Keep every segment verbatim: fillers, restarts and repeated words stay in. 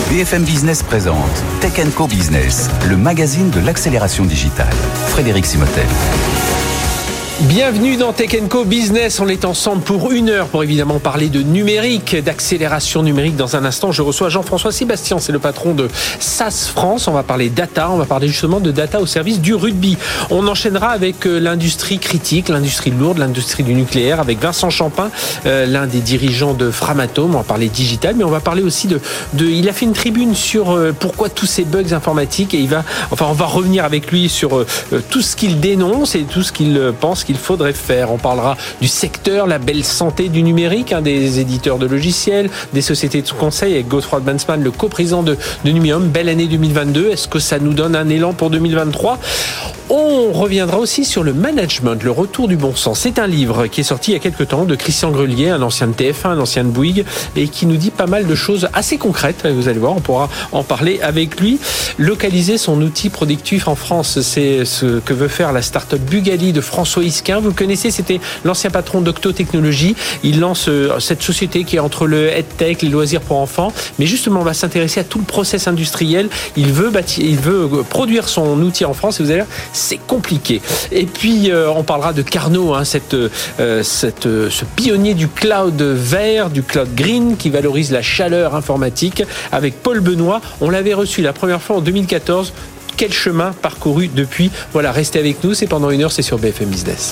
B F M Business présente Tech and Co Business, le magazine de l'accélération digitale. Frédéric Simotel. Bienvenue dans Tech and Co Business. On est ensemble pour une heure pour évidemment parler de numérique, d'accélération numérique. Dans un instant, je reçois Jean-François Sébastien, c'est le patron de S A S France. On va parler data, on va parler justement de data au service du rugby. On enchaînera avec l'industrie critique, l'industrie lourde, l'industrie du nucléaire, avec Vincent Champin, euh, l'un des dirigeants de Framatome. On va parler digital, mais on va parler aussi de... de il a fait une tribune sur euh, pourquoi tous ces bugs informatiques et il va... Enfin, on va revenir avec lui sur euh, tout ce qu'il dénonce et tout ce qu'il pense qu'il faudrait faire. On parlera du secteur, la belle santé du numérique, hein, des éditeurs de logiciels, des sociétés de conseil avec Godefroy Bansman, le coprésident de, de Numium. Belle année deux mille vingt-deux. Est-ce que ça nous donne un élan pour deux mille vingt-trois ? On reviendra aussi sur le management, le retour du bon sens. C'est un livre qui est sorti il y a quelques temps de Christian Grelier, un ancien de T F un, un ancien de Bouygues, et qui nous dit pas mal de choses assez concrètes. Vous allez voir, on pourra en parler avec lui. Localiser son outil productif en France, c'est ce que veut faire la start-up Bugali de François Isquin. Vous le connaissez, c'était l'ancien patron d'Octo Technologies. Il lance cette société qui est entre le EdTech, les loisirs pour enfants. Mais justement, on va s'intéresser à tout le process industriel. Il veut bâtir, il veut produire son outil en France. Et vous allez voir, c'est compliqué. Et puis, euh, on parlera de Carnot, hein, cette, euh, cette, euh, ce pionnier du cloud vert, du cloud green, qui valorise la chaleur informatique. Avec Paul Benoît, on l'avait reçu la première fois en deux mille quatorze. Quel chemin parcouru depuis ? Voilà, restez avec nous. C'est pendant une heure, c'est sur B F M Business.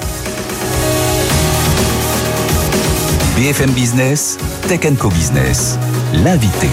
B F M Business, Tech and Co Business, l'invité.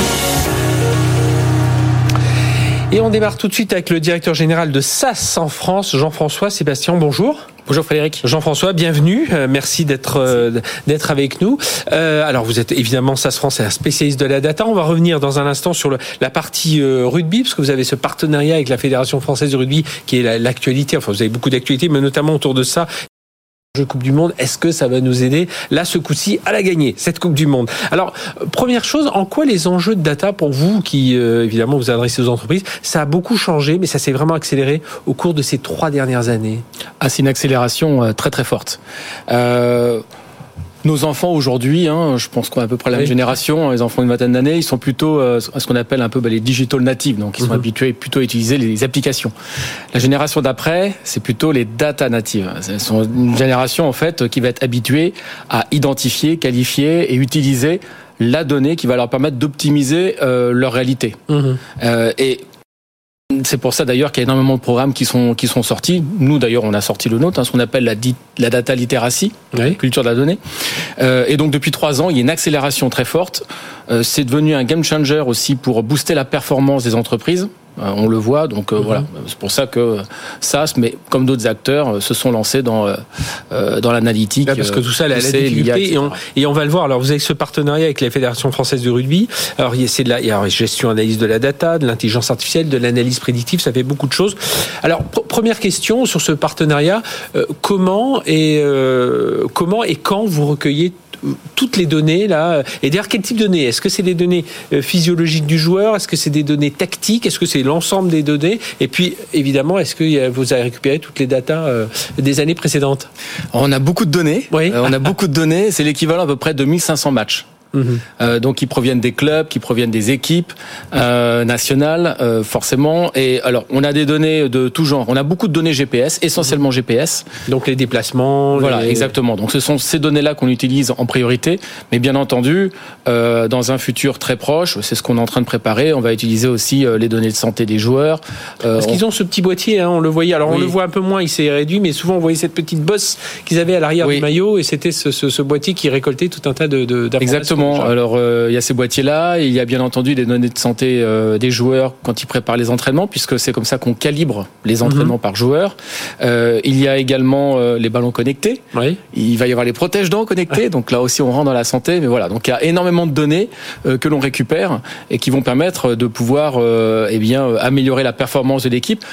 Et on démarre tout de suite avec le directeur général de S A S en France, Jean-François Sébastien. Bonjour. Bonjour Frédéric. Jean-François, bienvenue. Euh, merci d'être euh, d'être avec nous. Euh, alors vous êtes évidemment S A S France, un spécialiste de la data. On va revenir dans un instant sur le, la partie euh, rugby, parce que vous avez ce partenariat avec la Fédération française de rugby qui est la, l'actualité. Enfin, vous avez beaucoup d'actualités, mais notamment autour de ça. Coupe du Monde, est-ce que ça va nous aider là ce coup-ci à la gagner, cette Coupe du Monde ? Alors, première chose, en quoi les enjeux de data pour vous, qui euh, évidemment vous adressez aux entreprises, ça a beaucoup changé, mais ça s'est vraiment accéléré au cours de ces trois dernières années ? Ah, c'est une accélération euh, très très forte. Euh... Nos enfants aujourd'hui, hein, je pense qu'on a à peu près la même oui. génération, les enfants d'une vingtaine d'années, ils sont plutôt euh, à ce qu'on appelle un peu bah, les digital natives, donc ils sont mmh. habitués plutôt à utiliser les applications. La génération d'après, c'est plutôt les data natives. Ce sont une génération en fait qui va être habituée à identifier, qualifier et utiliser la donnée qui va leur permettre d'optimiser euh, leur réalité. Mmh. Euh, et c'est pour ça d'ailleurs qu'il y a énormément de programmes qui sont qui sont sortis. Nous d'ailleurs on a sorti le nôtre, hein, ce qu'on appelle la, di- la data literacy, oui. culture de la donnée. Euh, et donc depuis trois ans, il y a une accélération très forte. Euh, c'est devenu un game changer aussi pour booster la performance des entreprises. Euh, on le voit, donc euh, mmh. voilà. C'est pour ça que S A S, mais comme d'autres acteurs, euh, se sont lancés dans euh, dans l'analytique. Là, parce que tout ça, la, la difficulté, et on, et on va le voir. Alors, vous avez ce partenariat avec la Fédération française de rugby. Alors, il y a, c'est de la, il y a gestion, analyse de la data, de l'intelligence artificielle, de l'analyse prédictive. Ça fait beaucoup de choses. Alors, pr- première question sur ce partenariat. Euh, comment et euh, comment et quand vous recueillez toutes les données là, et d'ailleurs quel type de données ? Est-ce que c'est des données physiologiques du joueur ? Est-ce que c'est des données tactiques ? Est-ce que c'est l'ensemble des données ? Et puis évidemment, est-ce que vous avez récupéré toutes les datas euh, des années précédentes ? On a beaucoup de données. Oui. Euh, on a beaucoup de données. C'est l'équivalent à peu près de mille cinq cents matchs. Mmh. Euh, donc, qui proviennent des clubs, qui proviennent des équipes euh, nationales, euh, forcément. Et alors, on a des données de tout genre. On a beaucoup de données G P S, essentiellement G P S. Donc les déplacements. Voilà, les... exactement. Donc, ce sont ces données-là qu'on utilise en priorité. Mais bien entendu, euh, dans un futur très proche, c'est ce qu'on est en train de préparer. On va utiliser aussi euh, les données de santé des joueurs. Euh, Parce on... qu'ils ont ce petit boîtier, hein, on le voyait. Alors, oui. on le voit un peu moins, il s'est réduit, mais souvent on voyait cette petite bosse qu'ils avaient à l'arrière oui. du maillot, et c'était ce, ce, ce boîtier qui récoltait tout un tas de, de d'informations. Exactement. Alors euh, il y a ces boîtiers-là, il y a bien entendu des données de santé euh, des joueurs quand ils préparent les entraînements, puisque c'est comme ça qu'on calibre les entraînements mmh. par joueur. Euh, il y a également euh, les ballons connectés. Oui. Il va y avoir les protège-dents connectés. Ah. Donc là aussi on rentre dans la santé. Mais voilà, donc il y a énormément de données euh, que l'on récupère et qui vont permettre de pouvoir euh, eh bien améliorer la performance de l'équipe.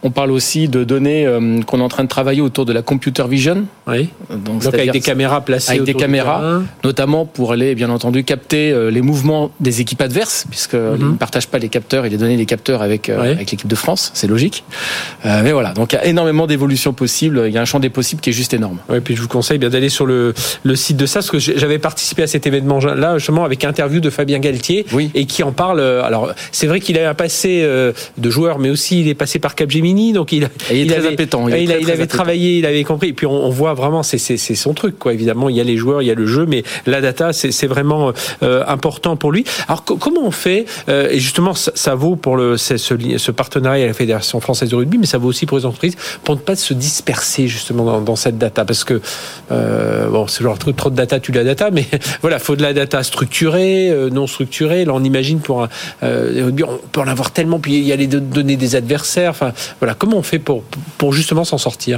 On parle aussi de données euh, qu'on est en train de travailler autour de la computer vision. Oui. Donc, Donc avec des caméras placées avec autour des caméras, notamment pour aller bien entendu capter euh, les mouvements des équipes adverses, puisque mm-hmm. ils ne partagent pas les capteurs et les données des capteurs avec euh, oui. avec l'équipe de France, c'est logique. Euh, mais voilà, donc il y a énormément d'évolutions possibles. Il y a un champ des possibles qui est juste énorme. Oui, puis je vous conseille bien d'aller sur le le site de S A S, parce que j'avais participé à cet événement-là justement avec interview de Fabien Galtier, oui. et qui en parle. Alors c'est vrai qu'il a un passé de joueur, mais aussi il est passé par Capgemini, donc il, il est il très avait, appétant. Il, il, il, très, il très avait appétant. travaillé, il avait compris. Et puis on, on voit vraiment, c'est, c'est, c'est son truc, quoi. Évidemment, il y a les joueurs, il y a le jeu, mais la data, c'est, c'est vraiment euh, important pour lui. Alors co- comment on fait euh, Et justement, ça, ça vaut pour le ce, ce partenariat à la Fédération française de rugby, mais ça vaut aussi pour les entreprises, pour ne pas se disperser justement dans, dans cette data, parce que euh, bon, c'est genre trop de data, tu la data, mais voilà, faut de la data structurée, euh, non structurée. Là, on imagine pour un euh, on peut en avoir tellement, puis il y a les données des adversaires. Enfin, voilà, comment on fait pour pour justement s'en sortir?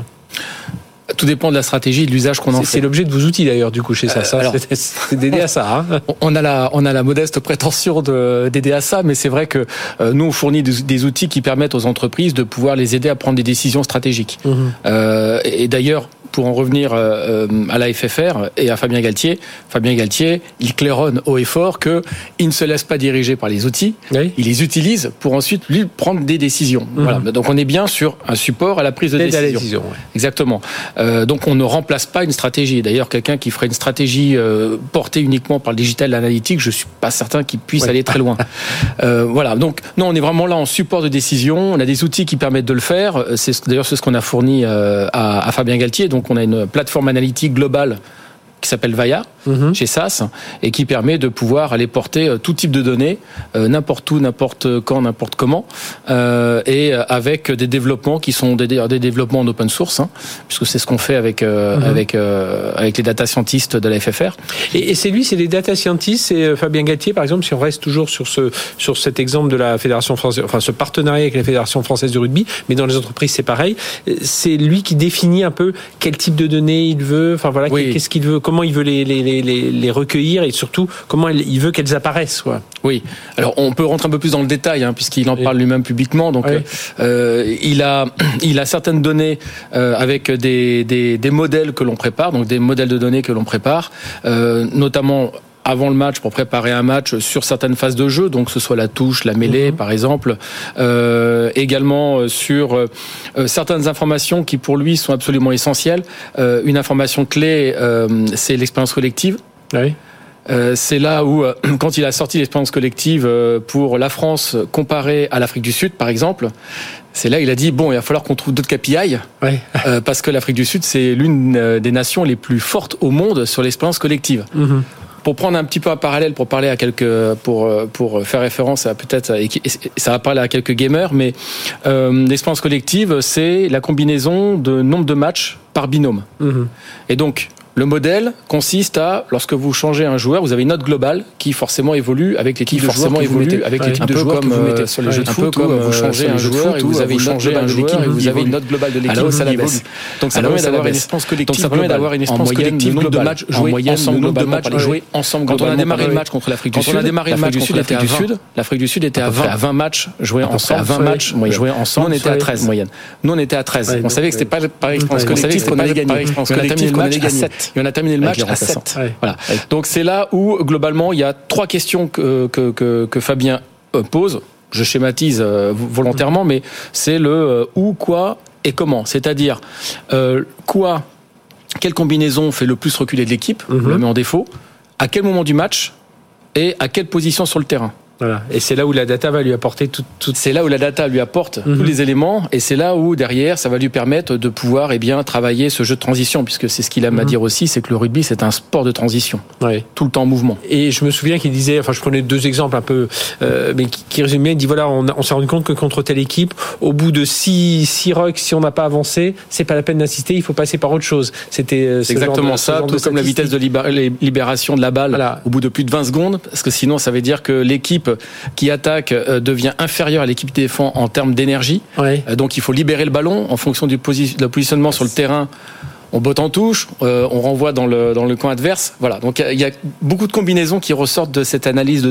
Tout dépend de la stratégie et de l'usage qu'on en c'est, fait. C'est l'objet de vos outils d'ailleurs, du coup, chez ça. ça c'est, c'est d'aider à ça. Hein. On a la, on a la modeste prétention de, d'aider à ça, mais c'est vrai que euh, nous, on fournit des, des outils qui permettent aux entreprises de pouvoir les aider à prendre des décisions stratégiques. Mmh. Euh, et d'ailleurs, pour en revenir euh, à la F F R et à Fabien Galtier, Fabien Galtier, il claironne haut et fort que il ne se laisse pas diriger par les outils, oui. il les utilise pour ensuite lui prendre des décisions. Mmh. Voilà. Donc on est bien sur un support à la prise de L'aide décision. À la décision ouais. Exactement. Euh, donc on ne remplace pas une stratégie. D'ailleurs, quelqu'un qui ferait une stratégie euh, portée uniquement par le digital analytique, je suis pas certain qu'il puisse ouais. aller très loin. euh, voilà. Donc non, on est vraiment là en support de décision. On a des outils qui permettent de le faire. C'est d'ailleurs c'est ce qu'on a fourni euh, à, à Fabien Galtier. Donc on a une plateforme analytique globale qui s'appelle Vaya, mmh. chez S A S, et qui permet de pouvoir aller porter tout type de données, euh, n'importe où, n'importe quand, n'importe comment, euh, et avec des développements qui sont des, des développements en open source, hein, puisque c'est ce qu'on fait avec euh, mmh. avec euh, avec les data scientists de la F F R. Et, et c'est lui, c'est les data scientists, c'est Fabien Galtier, par exemple, si on reste toujours sur ce sur cet exemple de la Fédération française, enfin ce partenariat avec la Fédération française de rugby, mais dans les entreprises c'est pareil. C'est lui qui définit un peu quel type de données il veut, enfin voilà, oui. qu'est-ce qu'il veut. Comment il veut les, les, les, les recueillir et surtout comment il veut qu'elles apparaissent. Quoi. Oui, alors on peut rentrer un peu plus dans le détail hein, puisqu'il en oui. parle lui-même publiquement. Donc, oui. euh, il a il a certaines données euh, avec des, des des modèles que l'on prépare, donc des modèles de données que l'on prépare, euh, notamment avant le match pour préparer un match sur certaines phases de jeu, donc que ce soit la touche, la mêlée, mmh. par exemple, euh, également sur euh, certaines informations qui pour lui sont absolument essentielles. Euh, une information clé, euh, c'est l'expérience collective. Oui. Euh, c'est là où, euh, quand il a sorti l'expérience collective euh, pour la France comparée à l'Afrique du Sud, par exemple, c'est là il a dit bon, il va falloir qu'on trouve d'autres K P I, ouais. euh, parce que l'Afrique du Sud c'est l'une des nations les plus fortes au monde sur l'expérience collective. Mmh. Pour prendre un petit peu un parallèle, pour parler à quelques, pour pour faire référence à peut-être, ça va parler à quelques gamers, mais euh, l'expérience collective, c'est la combinaison de nombre de matchs par binôme. Mmh. Et donc le modèle consiste à, lorsque vous changez un joueur, vous avez une note globale qui forcément évolue avec l'équipe de joueurs que vous mettez, avec l'équipe ouais, de joueurs que vous mettez sur les jeux de foot, comme vous changez un joueur et vous avez une note globale de l'équipe et vous avez une note globale de l'équipe à la baisse. Donc ça permet d'avoir une expérience collective. Donc ça permet d'avoir une expérience collective globale. De matchs joués ensemble, nombre de matchs joués ensemble. Quand on a démarré le match contre l'Afrique du Sud, quand on a démarré le match contre l'Afrique du Sud, l'Afrique du Sud était à vingt matchs joués ensemble, à vingt matchs joués ensemble. Nous on était à treize moyenne. Nous on était à treize. On savait que c'était pas par expérience collective qu'on allait gagner. On a terminé le match à sept. Et on a terminé le match à sept. Ouais. Voilà. Donc c'est là où globalement il y a trois questions que que que, que Fabien pose. Je schématise volontairement, mais c'est le où, quoi et comment. C'est-à-dire euh, quoi, quelle combinaison fait le plus reculer de l'équipe, mm-hmm. on le met en défaut, à quel moment du match et à quelle position sur le terrain. Voilà. Et c'est là où la data va lui apporter tout, tout... C'est là où la data lui apporte mm-hmm. tous les éléments, et c'est là où derrière ça va lui permettre de pouvoir eh bien travailler ce jeu de transition, puisque c'est ce qu'il aime mm-hmm. à dire aussi, c'est que le rugby c'est un sport de transition, oui. tout le temps en mouvement. Et je me souviens qu'il disait, enfin je prenais deux exemples un peu, euh, mais qui, qui résumaient, il dit voilà, on, on s'est rendu compte que contre telle équipe, au bout de six six rucks, si on n'a pas avancé, c'est pas la peine d'insister, il faut passer par autre chose. C'était c'est exactement de, ça, tout comme la vitesse de libération de la balle voilà. au bout de plus de vingt secondes, parce que sinon ça veut dire que l'équipe qui attaque euh, devient inférieure à l'équipe qui défend en termes d'énergie. Oui. Euh, donc il faut libérer le ballon en fonction du posi- de positionnement sur le terrain. On botte en touche, euh, on renvoie dans le, dans le camp adverse. Voilà. Donc il y a beaucoup de combinaisons qui ressortent de cette analyse de données.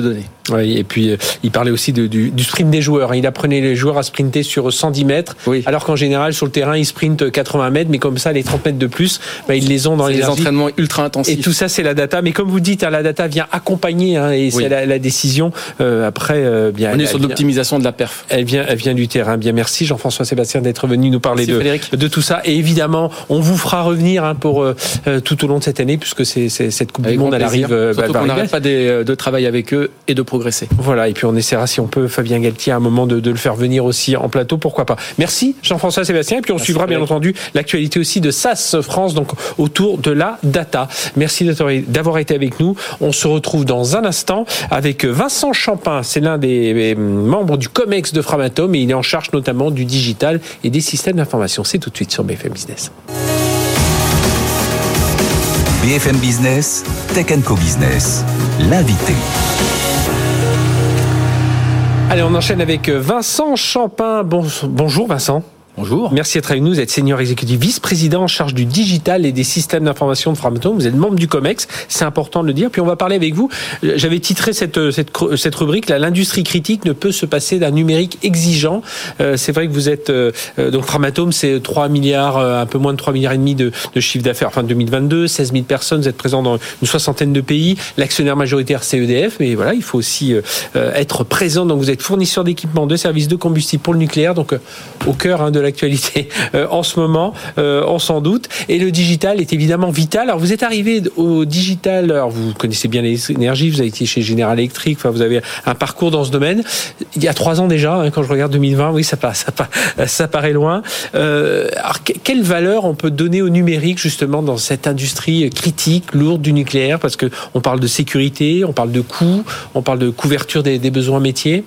Oui, et puis euh, il parlait aussi de, du, du sprint des joueurs. Il apprenait les joueurs à sprinter sur cent dix mètres, oui. alors qu'en général sur le terrain ils sprintent quatre-vingts mètres, mais comme ça les trente mètres de plus, bah, ils les ont dans c'est les entraînements ultra intensifs. Et tout ça c'est la data. Mais comme vous dites, hein, la data vient accompagner, hein, et oui. c'est la, la décision. Euh, après, euh, bien, on est elle, sur elle l'optimisation de la perf. Elle vient, elle vient du terrain. Bien, merci Jean-François Sébastien d'être venu nous parler de, de tout ça. Et évidemment, on vous fera revenir hein, pour euh, tout au long de cette année, puisque c'est, c'est cette Coupe avec du Monde, elle arrive. Surtout va qu'on n'arrête pas de, de travailler avec eux et de progresser. Voilà. Et puis on essaiera, si on peut, Fabien Galtier, à un moment de, de le faire venir aussi en plateau, pourquoi pas. Merci Jean-François Sébastien. Et puis on Merci suivra bien entendu l'actualité aussi de S A S France, donc autour de la data. Merci d'avoir été avec nous. On se retrouve dans un instant avec Vincent Champin. C'est l'un des membres du COMEX de Framatome et il est en charge notamment du digital et des systèmes d'information. C'est tout de suite sur B F M Business. B F M Business, Tech and Co Business, l'invité. Allez, on enchaîne avec Vincent Champin. Bon, bonjour Vincent. Bonjour. Merci d'être avec nous. Vous êtes senior exécutif vice-président en charge du digital et des systèmes d'information de Framatome. Vous êtes membre du COMEX. C'est important de le dire. Puis on va parler avec vous. J'avais titré cette, cette, cette rubrique là. L'industrie critique ne peut se passer d'un numérique exigeant. Euh, c'est vrai que vous êtes, euh, donc Framatome, c'est trois milliards, euh, un peu moins de trois milliards et demi de, de chiffre d'affaires fin deux mille vingt-deux, seize mille personnes. Vous êtes présent dans une soixantaine de pays. L'actionnaire majoritaire, c'est E D F. Mais voilà, il faut aussi euh, être présent. Donc vous êtes fournisseur d'équipements, de services de combustible pour le nucléaire. Donc euh, au cœur hein, de l'actualité euh, en ce moment, euh, on s'en doute. Et le digital est évidemment vital. Alors vous êtes arrivé au digital, alors vous connaissez bien les énergies, vous avez été chez General Electric, enfin vous avez un parcours dans ce domaine. Il y a trois ans déjà, hein, quand je regarde deux mille vingt, oui ça, ça, ça, ça paraît loin. Euh, alors quelle valeur on peut donner au numérique justement dans cette industrie critique, lourde du nucléaire, parce que on parle de sécurité, on parle de coûts, on parle de couverture des, des besoins métiers.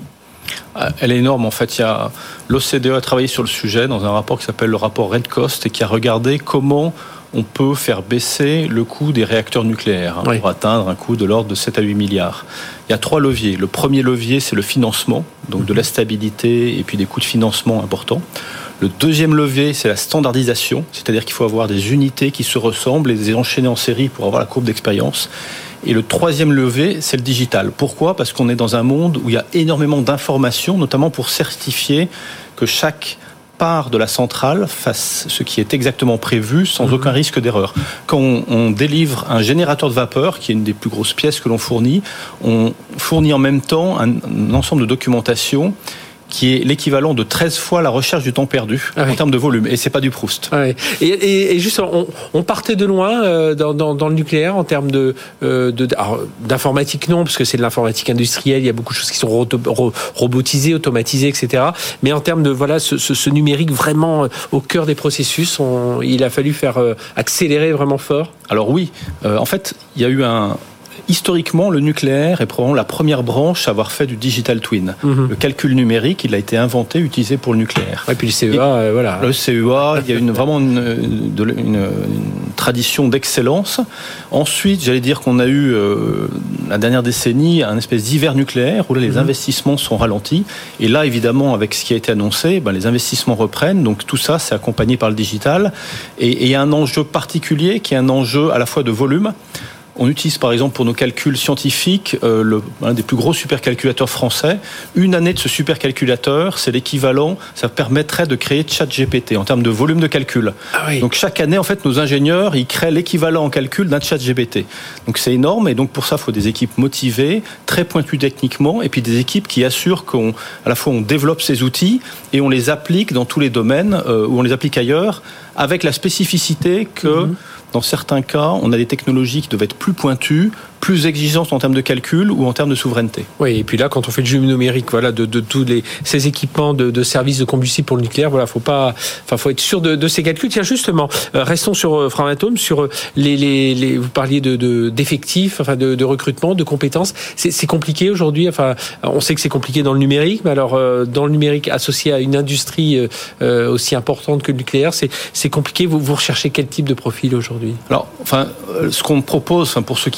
Elle est énorme. En fait, il y a l'O C D E a travaillé sur le sujet dans un rapport qui s'appelle le rapport Red Cost et qui a regardé comment on peut faire baisser le coût des réacteurs nucléaires hein, oui. pour atteindre un coût de l'ordre de sept à huit milliards. Il y a trois leviers. Le premier levier, c'est le financement, donc de la stabilité et puis des coûts de financement importants. Le deuxième levier, c'est la standardisation, c'est-à-dire qu'il faut avoir des unités qui se ressemblent et les enchaîner en série pour avoir la courbe d'expérience. Et le troisième levier, c'est le digital. Pourquoi ? Parce qu'on est dans un monde où il y a énormément d'informations, notamment pour certifier que chaque part de la centrale fasse ce qui est exactement prévu sans mmh. aucun risque d'erreur. Quand on, on délivre un générateur de vapeur, qui est une des plus grosses pièces que l'on fournit, on fournit en même temps un, un ensemble de documentation qui est l'équivalent de treize fois la recherche du temps perdu ah oui. en termes de volume. Et c'est pas du Proust. Ah oui. Et, et, et juste, on, on partait de loin euh, dans, dans, dans le nucléaire en termes de, euh, de alors, d'informatique, non, parce que c'est de l'informatique industrielle. Il y a beaucoup de choses qui sont ro- ro- robotisées, automatisées, et cetera. Mais en termes de voilà, ce, ce, ce numérique vraiment euh, au cœur des processus, on, il a fallu faire euh, accélérer vraiment fort. Alors oui, euh, en fait, il y a eu un Historiquement, le nucléaire est probablement la première branche à avoir fait du digital twin. Mmh. Le calcul numérique, il a été inventé, utilisé pour le nucléaire. Et puis le C E A, euh, voilà. Le C E A, il y a une, vraiment une, de, une, une tradition d'excellence. Ensuite, j'allais dire qu'on a eu, euh, la dernière décennie, un espèce d'hiver nucléaire où là, les mmh. investissements sont ralentis. Et là, évidemment, avec ce qui a été annoncé, ben, les investissements reprennent. Donc tout ça, c'est accompagné par le digital. Et, et il y a un enjeu particulier qui est un enjeu à la fois de volume. On utilise par exemple pour nos calculs scientifiques euh, le, un des plus gros supercalculateurs français. Une année de ce supercalculateur, c'est l'équivalent, ça permettrait de créer ChatGPT en termes de volume de calcul. Ah oui. Donc chaque année, en fait, nos ingénieurs, ils créent l'équivalent en calcul d'un ChatGPT. Donc c'est énorme et donc pour ça, il faut des équipes motivées, très pointues techniquement et puis des équipes qui assurent qu'on, à la fois, on développe ces outils et on les applique dans tous les domaines euh, où on les applique ailleurs avec la spécificité que mmh. dans certains cas, on a des technologies qui doivent être plus pointues, plus exigeantes en termes de calcul ou en termes de souveraineté. Oui, et puis là, quand on fait le jeu numérique, voilà, de, de tous les ces équipements de, de services de combustible pour le nucléaire, voilà, faut pas, enfin, faut être sûr de, de ces calculs. Tiens, justement, euh, restons sur euh, Framatome, sur les, les, les, vous parliez de, de d'effectifs, enfin, de, de recrutement, de compétences. C'est, c'est compliqué aujourd'hui. Enfin, on sait que c'est compliqué dans le numérique, mais alors euh, dans le numérique associé à une industrie euh, aussi importante que le nucléaire, c'est, c'est compliqué. Vous, vous recherchez quel type de profil aujourd'hui ? Alors, enfin, ce qu'on propose, enfin, pour ceux qui connaissent, c'est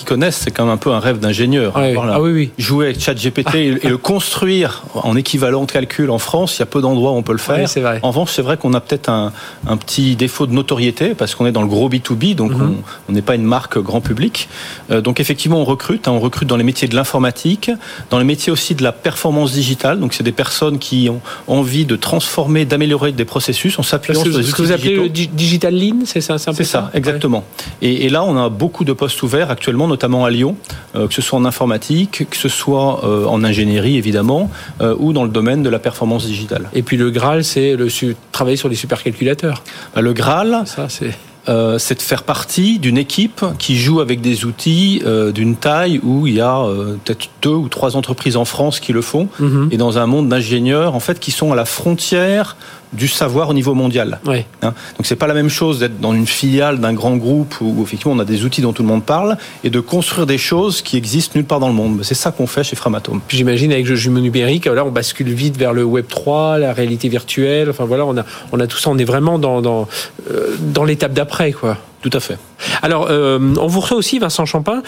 c'est quand même un peu un rêve d'ingénieur. Ouais, voilà. Ah oui, oui. Jouer avec ChatGPT ah. et le construire en équivalent de calcul en France, il y a peu d'endroits où on peut le faire. Oui, c'est vrai. En revanche, c'est vrai qu'on a peut-être un, un petit défaut de notoriété parce qu'on est dans le gros B deux B, donc mm-hmm. on n'est pas une marque grand public. Euh, donc effectivement, on recrute. Hein, on recrute dans les métiers de l'informatique, dans les métiers aussi de la performance digitale. Donc c'est des personnes qui ont envie de transformer, d'améliorer des processus en s'appuyant sur des outils digitaux. Ce que vous appelez le digital lean, c'est ça, c'est un peu C'est ça, ça exactement. Ouais. Et, et là, on a beaucoup de postes ouverts actuellement, notamment à Lyon, euh, que ce soit en informatique, que ce soit euh, en ingénierie évidemment, euh, ou dans le domaine de la performance digitale. Et puis le Graal, c'est le su- travailler sur les supercalculateurs. Bah, le Graal, ça, c'est... Euh, c'est de faire partie d'une équipe qui joue avec des outils euh, d'une taille où il y a euh, peut-être deux ou trois entreprises en France qui le font, mmh. et dans un monde d'ingénieurs en fait qui sont à la frontière du savoir au niveau mondial. Oui. Hein, donc c'est pas la même chose d'être dans une filiale d'un grand groupe où effectivement on a des outils dont tout le monde parle et de construire des choses qui existent nulle part dans le monde. C'est ça qu'on fait chez Framatome. Puis j'imagine avec le jumeau numérique, là on bascule vite vers le Web trois, la réalité virtuelle. Enfin voilà, on a on a tout ça. On est vraiment dans dans euh, dans l'étape d'après, quoi. Tout à fait. Alors, euh, on vous reçoit aussi, Vincent Champin.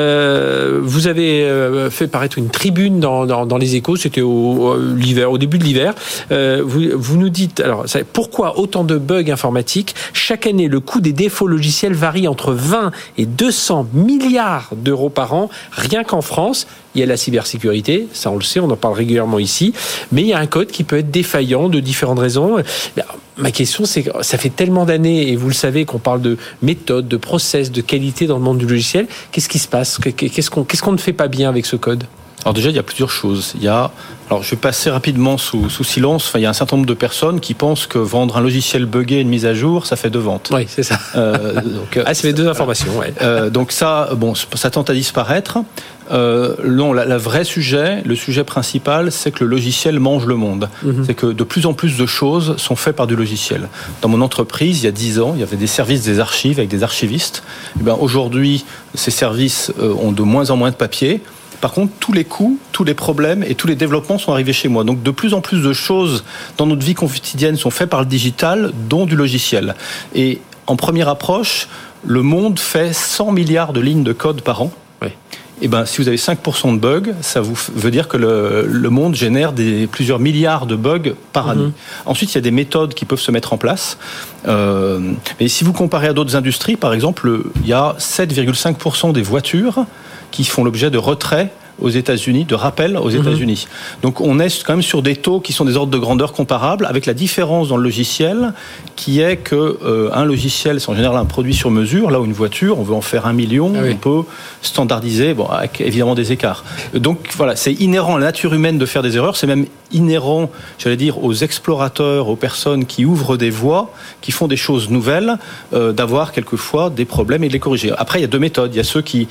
Euh, vous avez euh, fait paraître une tribune dans, dans, dans les Échos. C'était au, au, l'hiver, au début de l'hiver. Euh, vous, vous nous dites, alors, pourquoi autant de bugs informatiques ? Chaque année, le coût des défauts logiciels varie entre vingt et deux cents milliards d'euros par an, rien qu'en France. Il y a la cybersécurité, ça on le sait, on en parle régulièrement ici, mais il y a un code qui peut être défaillant de différentes raisons. Ma question, c'est que ça fait tellement d'années, et vous le savez, qu'on parle de méthode, de process, de qualité dans le monde du logiciel. Qu'est-ce qui se passe ? Qu'est-ce qu'on, qu'est-ce qu'on ne fait pas bien avec ce code ? Alors déjà, il y a plusieurs choses. Il y a, alors je vais passer rapidement sous, sous silence. Enfin, il y a un certain nombre de personnes qui pensent que vendre un logiciel buggé et une mise à jour, ça fait deux ventes. Oui, c'est ça. Euh, donc, ah, ça fait deux informations. Ouais. Euh, donc ça, bon, ça tente à disparaître. Euh, non, la, la vraie sujet, le sujet principal, c'est que le logiciel mange le monde. Mm-hmm. C'est que de plus en plus de choses sont faites par du logiciel. Dans mon entreprise, il y a dix ans, il y avait des services des archives avec des archivistes. Et bien, aujourd'hui, ces services euh, ont de moins en moins de papier. Par contre, tous les coûts, tous les problèmes et tous les développements sont arrivés chez moi. Donc, de plus en plus de choses dans notre vie quotidienne sont faites par le digital, dont du logiciel. Et en première approche, le monde fait cent milliards de lignes de code par an. Oui. Et ben, si vous avez cinq pour cent de bugs, ça vous veut dire que le, le monde génère des, plusieurs milliards de bugs par année. Mmh. Ensuite, il y a des méthodes qui peuvent se mettre en place. Euh, et si vous comparez à d'autres industries, par exemple, il y a sept virgule cinq pour cent des voitures qui font l'objet de retrait aux États-Unis, de rappel aux mmh. États-Unis. Donc on est quand même sur des taux qui sont des ordres de grandeur comparables, avec la différence dans le logiciel qui est que euh, un logiciel, c'est en général un produit sur mesure. Là où une voiture, on veut en faire un million, ah oui. on peut standardiser, bon, avec évidemment des écarts. Donc voilà, c'est inhérent à la nature humaine de faire des erreurs. C'est même inhérent, j'allais dire, aux explorateurs, aux personnes qui ouvrent des voies, qui font des choses nouvelles, euh, d'avoir quelquefois des problèmes et de les corriger. Après, il y a deux méthodes. Il y a ceux qui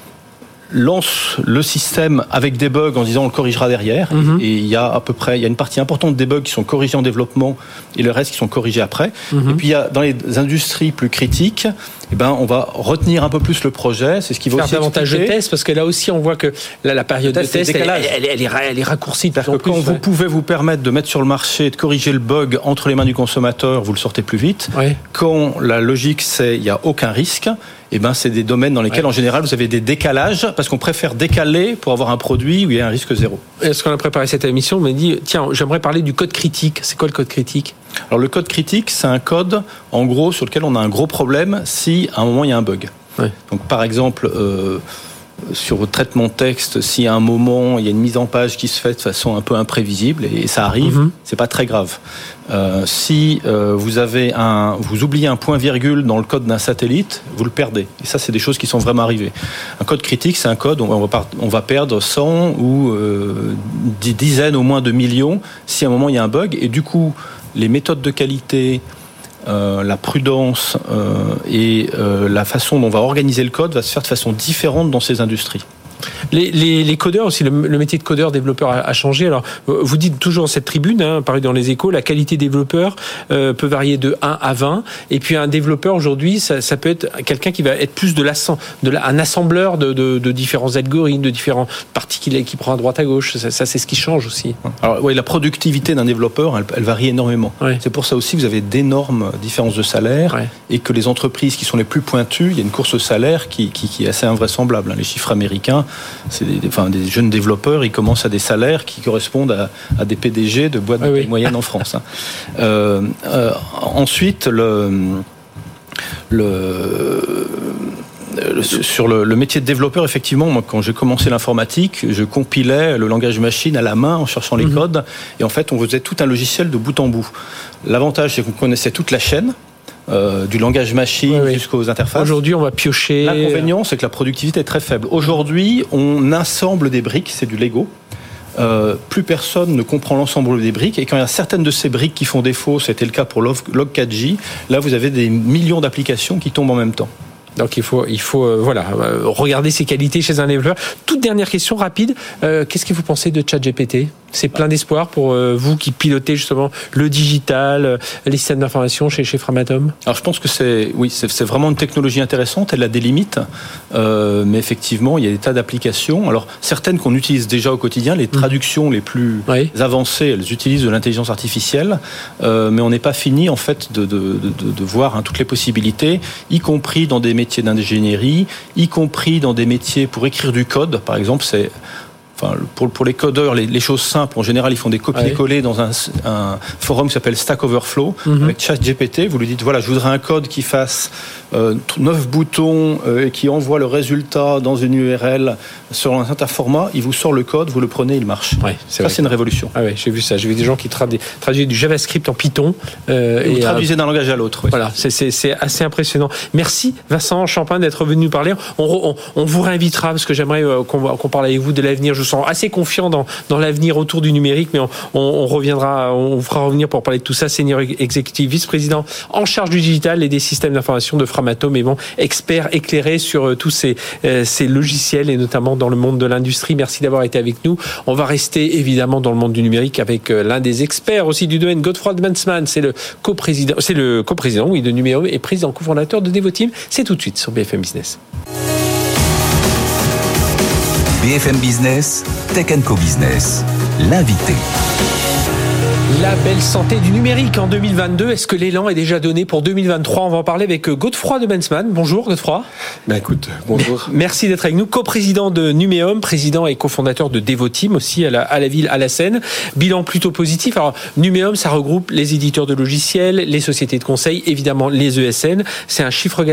lance le système avec des bugs en disant on le corrigera derrière. Mmh. Et il y a à peu près, il y a une partie importante des bugs qui sont corrigés en développement et le reste qui sont corrigés après. Mmh. Et puis il y a dans les industries plus critiques, eh ben on va retenir un peu plus le projet. C'est ce qui va faire aussi davantage expliquer. de tests, parce que là aussi on voit que là, la période de test, elle, elle, elle, elle, est, elle est raccourcie. C'est-à-dire que quand plus, vous ouais. pouvez vous permettre de mettre sur le marché, de corriger le bug entre les mains du consommateur, vous le sortez plus vite. Ouais. Quand la logique c'est il y a aucun risque. Eh ben, c'est des domaines dans lesquels, ouais. en général, vous avez des décalages, parce qu'on préfère décaler pour avoir un produit où il y a un risque zéro. Est-ce qu'on a préparé cette émission, on m'a dit, tiens, j'aimerais parler du code critique. C'est quoi le code critique ? Alors, le code critique, c'est un code, en gros, sur lequel on a un gros problème si, à un moment, il y a un bug. Ouais. Donc, par exemple, euh, sur votre traitement de texte, si à un moment, il y a une mise en page qui se fait de façon un peu imprévisible, et ça arrive, mm-hmm. c'est pas très grave. Euh, si euh, vous avez un, vous oubliez un point-virgule dans le code d'un satellite, vous le perdez. Et ça, c'est des choses qui sont vraiment arrivées. Un code critique, c'est un code où on va, on va perdre cent ou euh, des dizaines au moins de millions si à un moment il y a un bug. Et du coup, les méthodes de qualité, euh, la prudence euh, et euh, la façon dont on va organiser le code va se faire de façon différente dans ces industries. Les, les, les codeurs aussi, le, le métier de codeur, développeur a, a changé. Alors, vous dites toujours cette tribune, hein, paru dans les Échos, la qualité développeur euh, peut varier de un à vingt. Et puis un développeur aujourd'hui, ça, ça peut être quelqu'un qui va être plus de, de la, un assembleur de, de, de différents algorithmes, de différents parties qui, qui prend à droite à gauche. Ça, ça, c'est ce qui change aussi. Alors, oui, la productivité d'un développeur, elle, elle varie énormément. Ouais. C'est pour ça aussi que vous avez d'énormes différences de salaire, ouais. et que les entreprises qui sont les plus pointues, il y a une course au salaire qui, qui, qui est assez invraisemblable. Les chiffres américains, c'est des, enfin, des jeunes développeurs, ils commencent à des salaires qui correspondent à, à des P D G de boîtes ah, de oui. moyenne en France. Hein. Euh, euh, ensuite, le, le sur le, le métier de développeur, effectivement, moi, quand j'ai commencé l'informatique, je compilais le langage machine à la main en cherchant les mmh. codes, et en fait, on faisait tout un logiciel de bout en bout. L'avantage, c'est qu'on connaissait toute la chaîne. Euh, du langage machine oui, oui. jusqu'aux interfaces. Aujourd'hui, on va piocher. L'inconvénient, c'est que la productivité est très faible. Aujourd'hui, on assemble des briques, c'est du Lego. Euh, plus personne ne comprend l'ensemble des briques, et quand il y a certaines de ces briques qui font défaut, c'était le cas pour Log quatre j, là vous avez des millions d'applications qui tombent en même temps. Donc il faut, il faut, euh, voilà, euh, regarder ses qualités chez un développeur. Toute dernière question rapide. Euh, qu'est-ce que vous pensez de ChatGPT ? C'est plein d'espoir pour euh, vous qui pilotez justement le digital, euh, les systèmes d'information chez, chez Framatome. Alors je pense que c'est, oui, c'est, c'est vraiment une technologie intéressante. Elle a des limites, euh, mais effectivement, il y a des tas d'applications. Alors certaines qu'on utilise déjà au quotidien, les traductions mmh. les plus oui. avancées, elles utilisent de l'intelligence artificielle, euh, mais on n'est pas fini en fait de, de, de, de voir hein, toutes les possibilités, y compris dans des métiers d'ingénierie, y compris dans des métiers pour écrire du code. Par exemple, c'est Enfin, pour, pour les codeurs, les, les choses simples, en général, ils font des copier-coller oui. dans un, un forum qui s'appelle Stack Overflow. Mm-hmm. Avec ChatGPT, vous lui dites, voilà, je voudrais un code qui fasse euh, neuf boutons euh, et qui envoie le résultat dans une U R L sur un certain format. Il vous sort le code, vous le prenez, il marche. Ouais, c'est ça, vrai. C'est une révolution. Ah oui, j'ai vu ça. J'ai vu des gens qui tradu- traduisaient du JavaScript en Python. Euh, et vous traduisez euh, d'un langage à l'autre. Oui. Voilà, c'est, c'est, c'est assez impressionnant. Merci Vincent Champagne d'être venu nous parler. On, on, on vous réinvitera parce que j'aimerais euh, qu'on, qu'on parle avec vous de l'avenir. Je sens assez confiant dans, dans l'avenir autour du numérique, mais on, on, on reviendra, on vous fera revenir pour parler de tout ça. Senior exécutif, vice-président en charge du digital et des systèmes d'information de Framatome, et bon, expert éclairé sur euh, tous ces, euh, ces logiciels et notamment dans le monde de l'industrie. Merci d'avoir été avec nous. On va rester évidemment dans le monde du numérique avec euh, l'un des experts aussi du domaine, Godefroy de Bensman. C'est le coprésident, c'est le coprésident, oui, de Numéum et président cofondateur de Devoteam. C'est tout de suite sur B F M Business. B F M Business, Tech and Co Business, l'invité. La belle santé du numérique en deux mille vingt-deux. Est-ce que l'élan est déjà donné pour deux mille vingt-trois ? On va en parler avec Godefroy de Bensman. Bonjour Godefroy. Ben écoute, bonjour. Merci d'être avec nous. Coprésident de Numéum, président et cofondateur de Devoteam aussi à la, à la ville, à la Seine. Bilan plutôt positif. Alors Numéum, ça regroupe les éditeurs de logiciels, les sociétés de conseil, évidemment les E S N. C'est un chiffre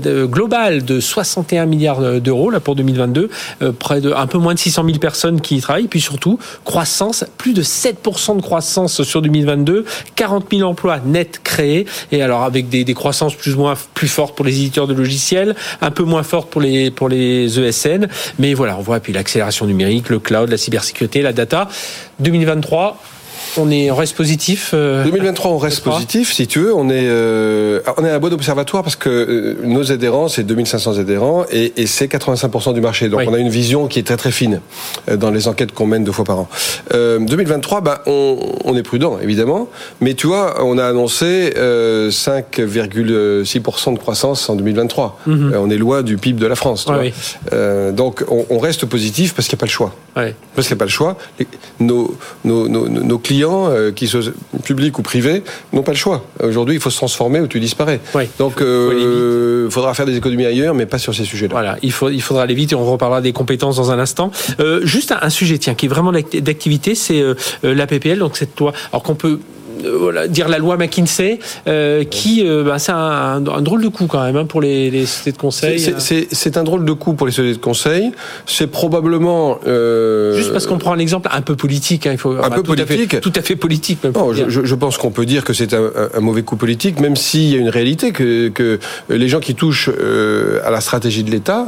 global de soixante et un milliards d'euros là pour deux mille vingt-deux. Euh, près de un peu moins de six cent mille personnes qui y travaillent. Puis surtout, croissance, plus de sept pour cent de croissance sur deux mille vingt-deux, quarante mille emplois nets créés, et alors avec des, des croissances plus ou moins plus fortes pour les éditeurs de logiciels, un peu moins fortes pour les pour les E S N, mais voilà, on voit puis l'accélération numérique, le cloud, la cybersécurité, la data. deux mille vingt-trois, on est on reste positif. Euh, deux mille vingt-trois, on reste positif, si tu veux. On est euh, on est un bon observatoire parce que euh, nos adhérents, c'est deux mille cinq cents adhérents et, et c'est quatre-vingt-cinq pour cent du marché. Donc oui. On a une vision qui est très très fine euh, dans les enquêtes qu'on mène deux fois par an. Euh, deux mille vingt-trois, bah on, on est prudent évidemment, mais tu vois, on a annoncé euh, cinq virgule six pour cent de croissance en deux mille vingt-trois. Mm-hmm. Euh, on est loin du P I B de la France. Tu ah vois. Oui. Euh, donc on, on reste positif parce qu'il n'y a pas le choix. Oui. Parce qu'il n'y a pas le choix. Les, nos, nos, nos, nos clients qui soient publics ou privés n'ont pas le choix. Aujourd'hui, il faut se transformer ou tu disparais. Oui. Donc, il euh, faudra faire des économies ailleurs, mais pas sur ces sujets-là. Voilà, il, faut, il faudra aller vite et on reparlera des compétences dans un instant. Euh, juste un, un sujet, tiens, qui est vraiment d'activité, c'est euh, la P P L, donc cette loi, alors qu'on peut voilà, dire la loi McKinsey, euh, qui, euh, bah, c'est un, un, un drôle de coup quand même hein, pour les, les sociétés de conseil. C'est, c'est, c'est un drôle de coup pour les sociétés de conseil. C'est probablement euh... juste parce qu'on prend un exemple un peu politique. Hein, il faut un bah, peu tout politique, à fait, tout à fait politique. Même non, je, je pense qu'on peut dire que c'est un, un mauvais coup politique, même s'il y a une réalité que, que les gens qui touchent euh, à la stratégie de l'État,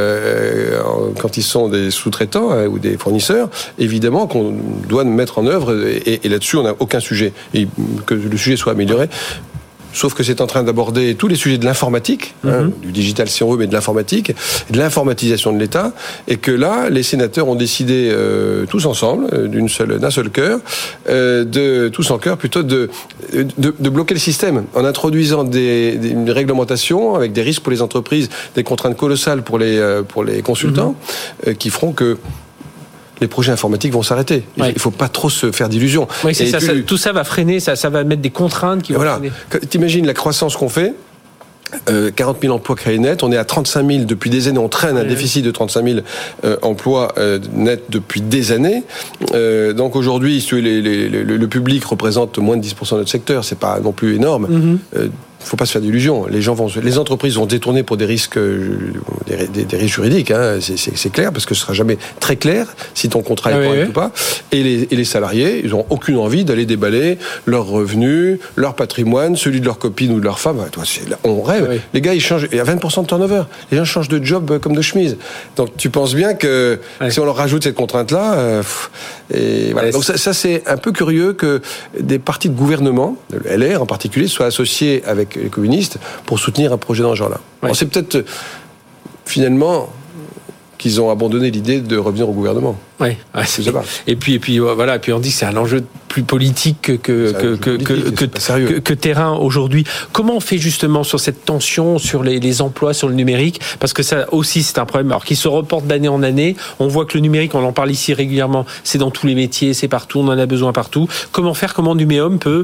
euh, quand ils sont des sous-traitants euh, ou des fournisseurs, évidemment qu'on doit mettre en œuvre. Et, et là-dessus, on n'a aucun sujet. Et que le sujet soit amélioré. sauf que c'est en train d'aborder tous les sujets de l'informatique, mm-hmm. hein, du digital si on veut, mais de l'informatique, de l'informatisation de l'État, et que là, les sénateurs ont décidé euh, tous ensemble, d'une seule, d'un seul cœur, euh, de tous en cœur plutôt de, de, de bloquer le système en introduisant des, des, une réglementation avec des risques pour les entreprises, des contraintes colossales pour les, euh, pour les consultants, mm-hmm. euh, qui feront que les projets informatiques vont s'arrêter. Il ne faut pas trop se faire d'illusions. Oui, c'est ça, tu... ça, tout ça va freiner, ça, ça va mettre des contraintes qui vont voilà. freiner. T'imagines la croissance qu'on fait, euh, quarante mille emplois créés nets, on est à trente-cinq mille depuis des années, on traîne un oui, déficit oui. de trente-cinq mille euh, emplois euh, nets depuis des années. Euh, donc aujourd'hui, les, les, les, le public représente moins de dix pour cent de notre secteur, c'est pas non plus énorme. Mm-hmm. Euh, Il ne faut pas se faire d'illusions. Les gens vont, les entreprises vont détourner pour des risques, des, des, des risques juridiques. Hein. C'est, c'est, c'est clair parce que ce sera jamais très clair si ton contrat est ah, correct oui, ou pas. Et les, et les salariés, ils n'ont aucune envie d'aller déballer leurs revenus, leur patrimoine, celui de leur copine ou de leur femme. Toi, c'est, on rêve. Oui. Les gars, ils changent. Il y a vingt pour cent de turnover. Les gens changent de job comme de chemise. Donc tu penses bien que oui. si on leur rajoute cette contrainte-là, euh, et voilà. Oui, donc ça, ça c'est un peu curieux que des partis de gouvernement, L R en particulier, soient associés avec les communistes pour soutenir un projet dans ce genre-là. Ouais. Alors, c'est peut-être finalement qu'ils ont abandonné l'idée de revenir au gouvernement. Oui. Ouais, et puis et puis voilà. Et puis on dit que c'est un enjeu plus politique que que que que, politique, que, que, que que terrain aujourd'hui. Comment on fait justement sur cette tension sur les, les emplois sur le numérique, parce que ça aussi c'est un problème. Alors qui se reporte d'année en année. On voit que le numérique, on en parle ici régulièrement. C'est dans tous les métiers, c'est partout. On en a besoin partout. Comment faire? Comment Numéum peut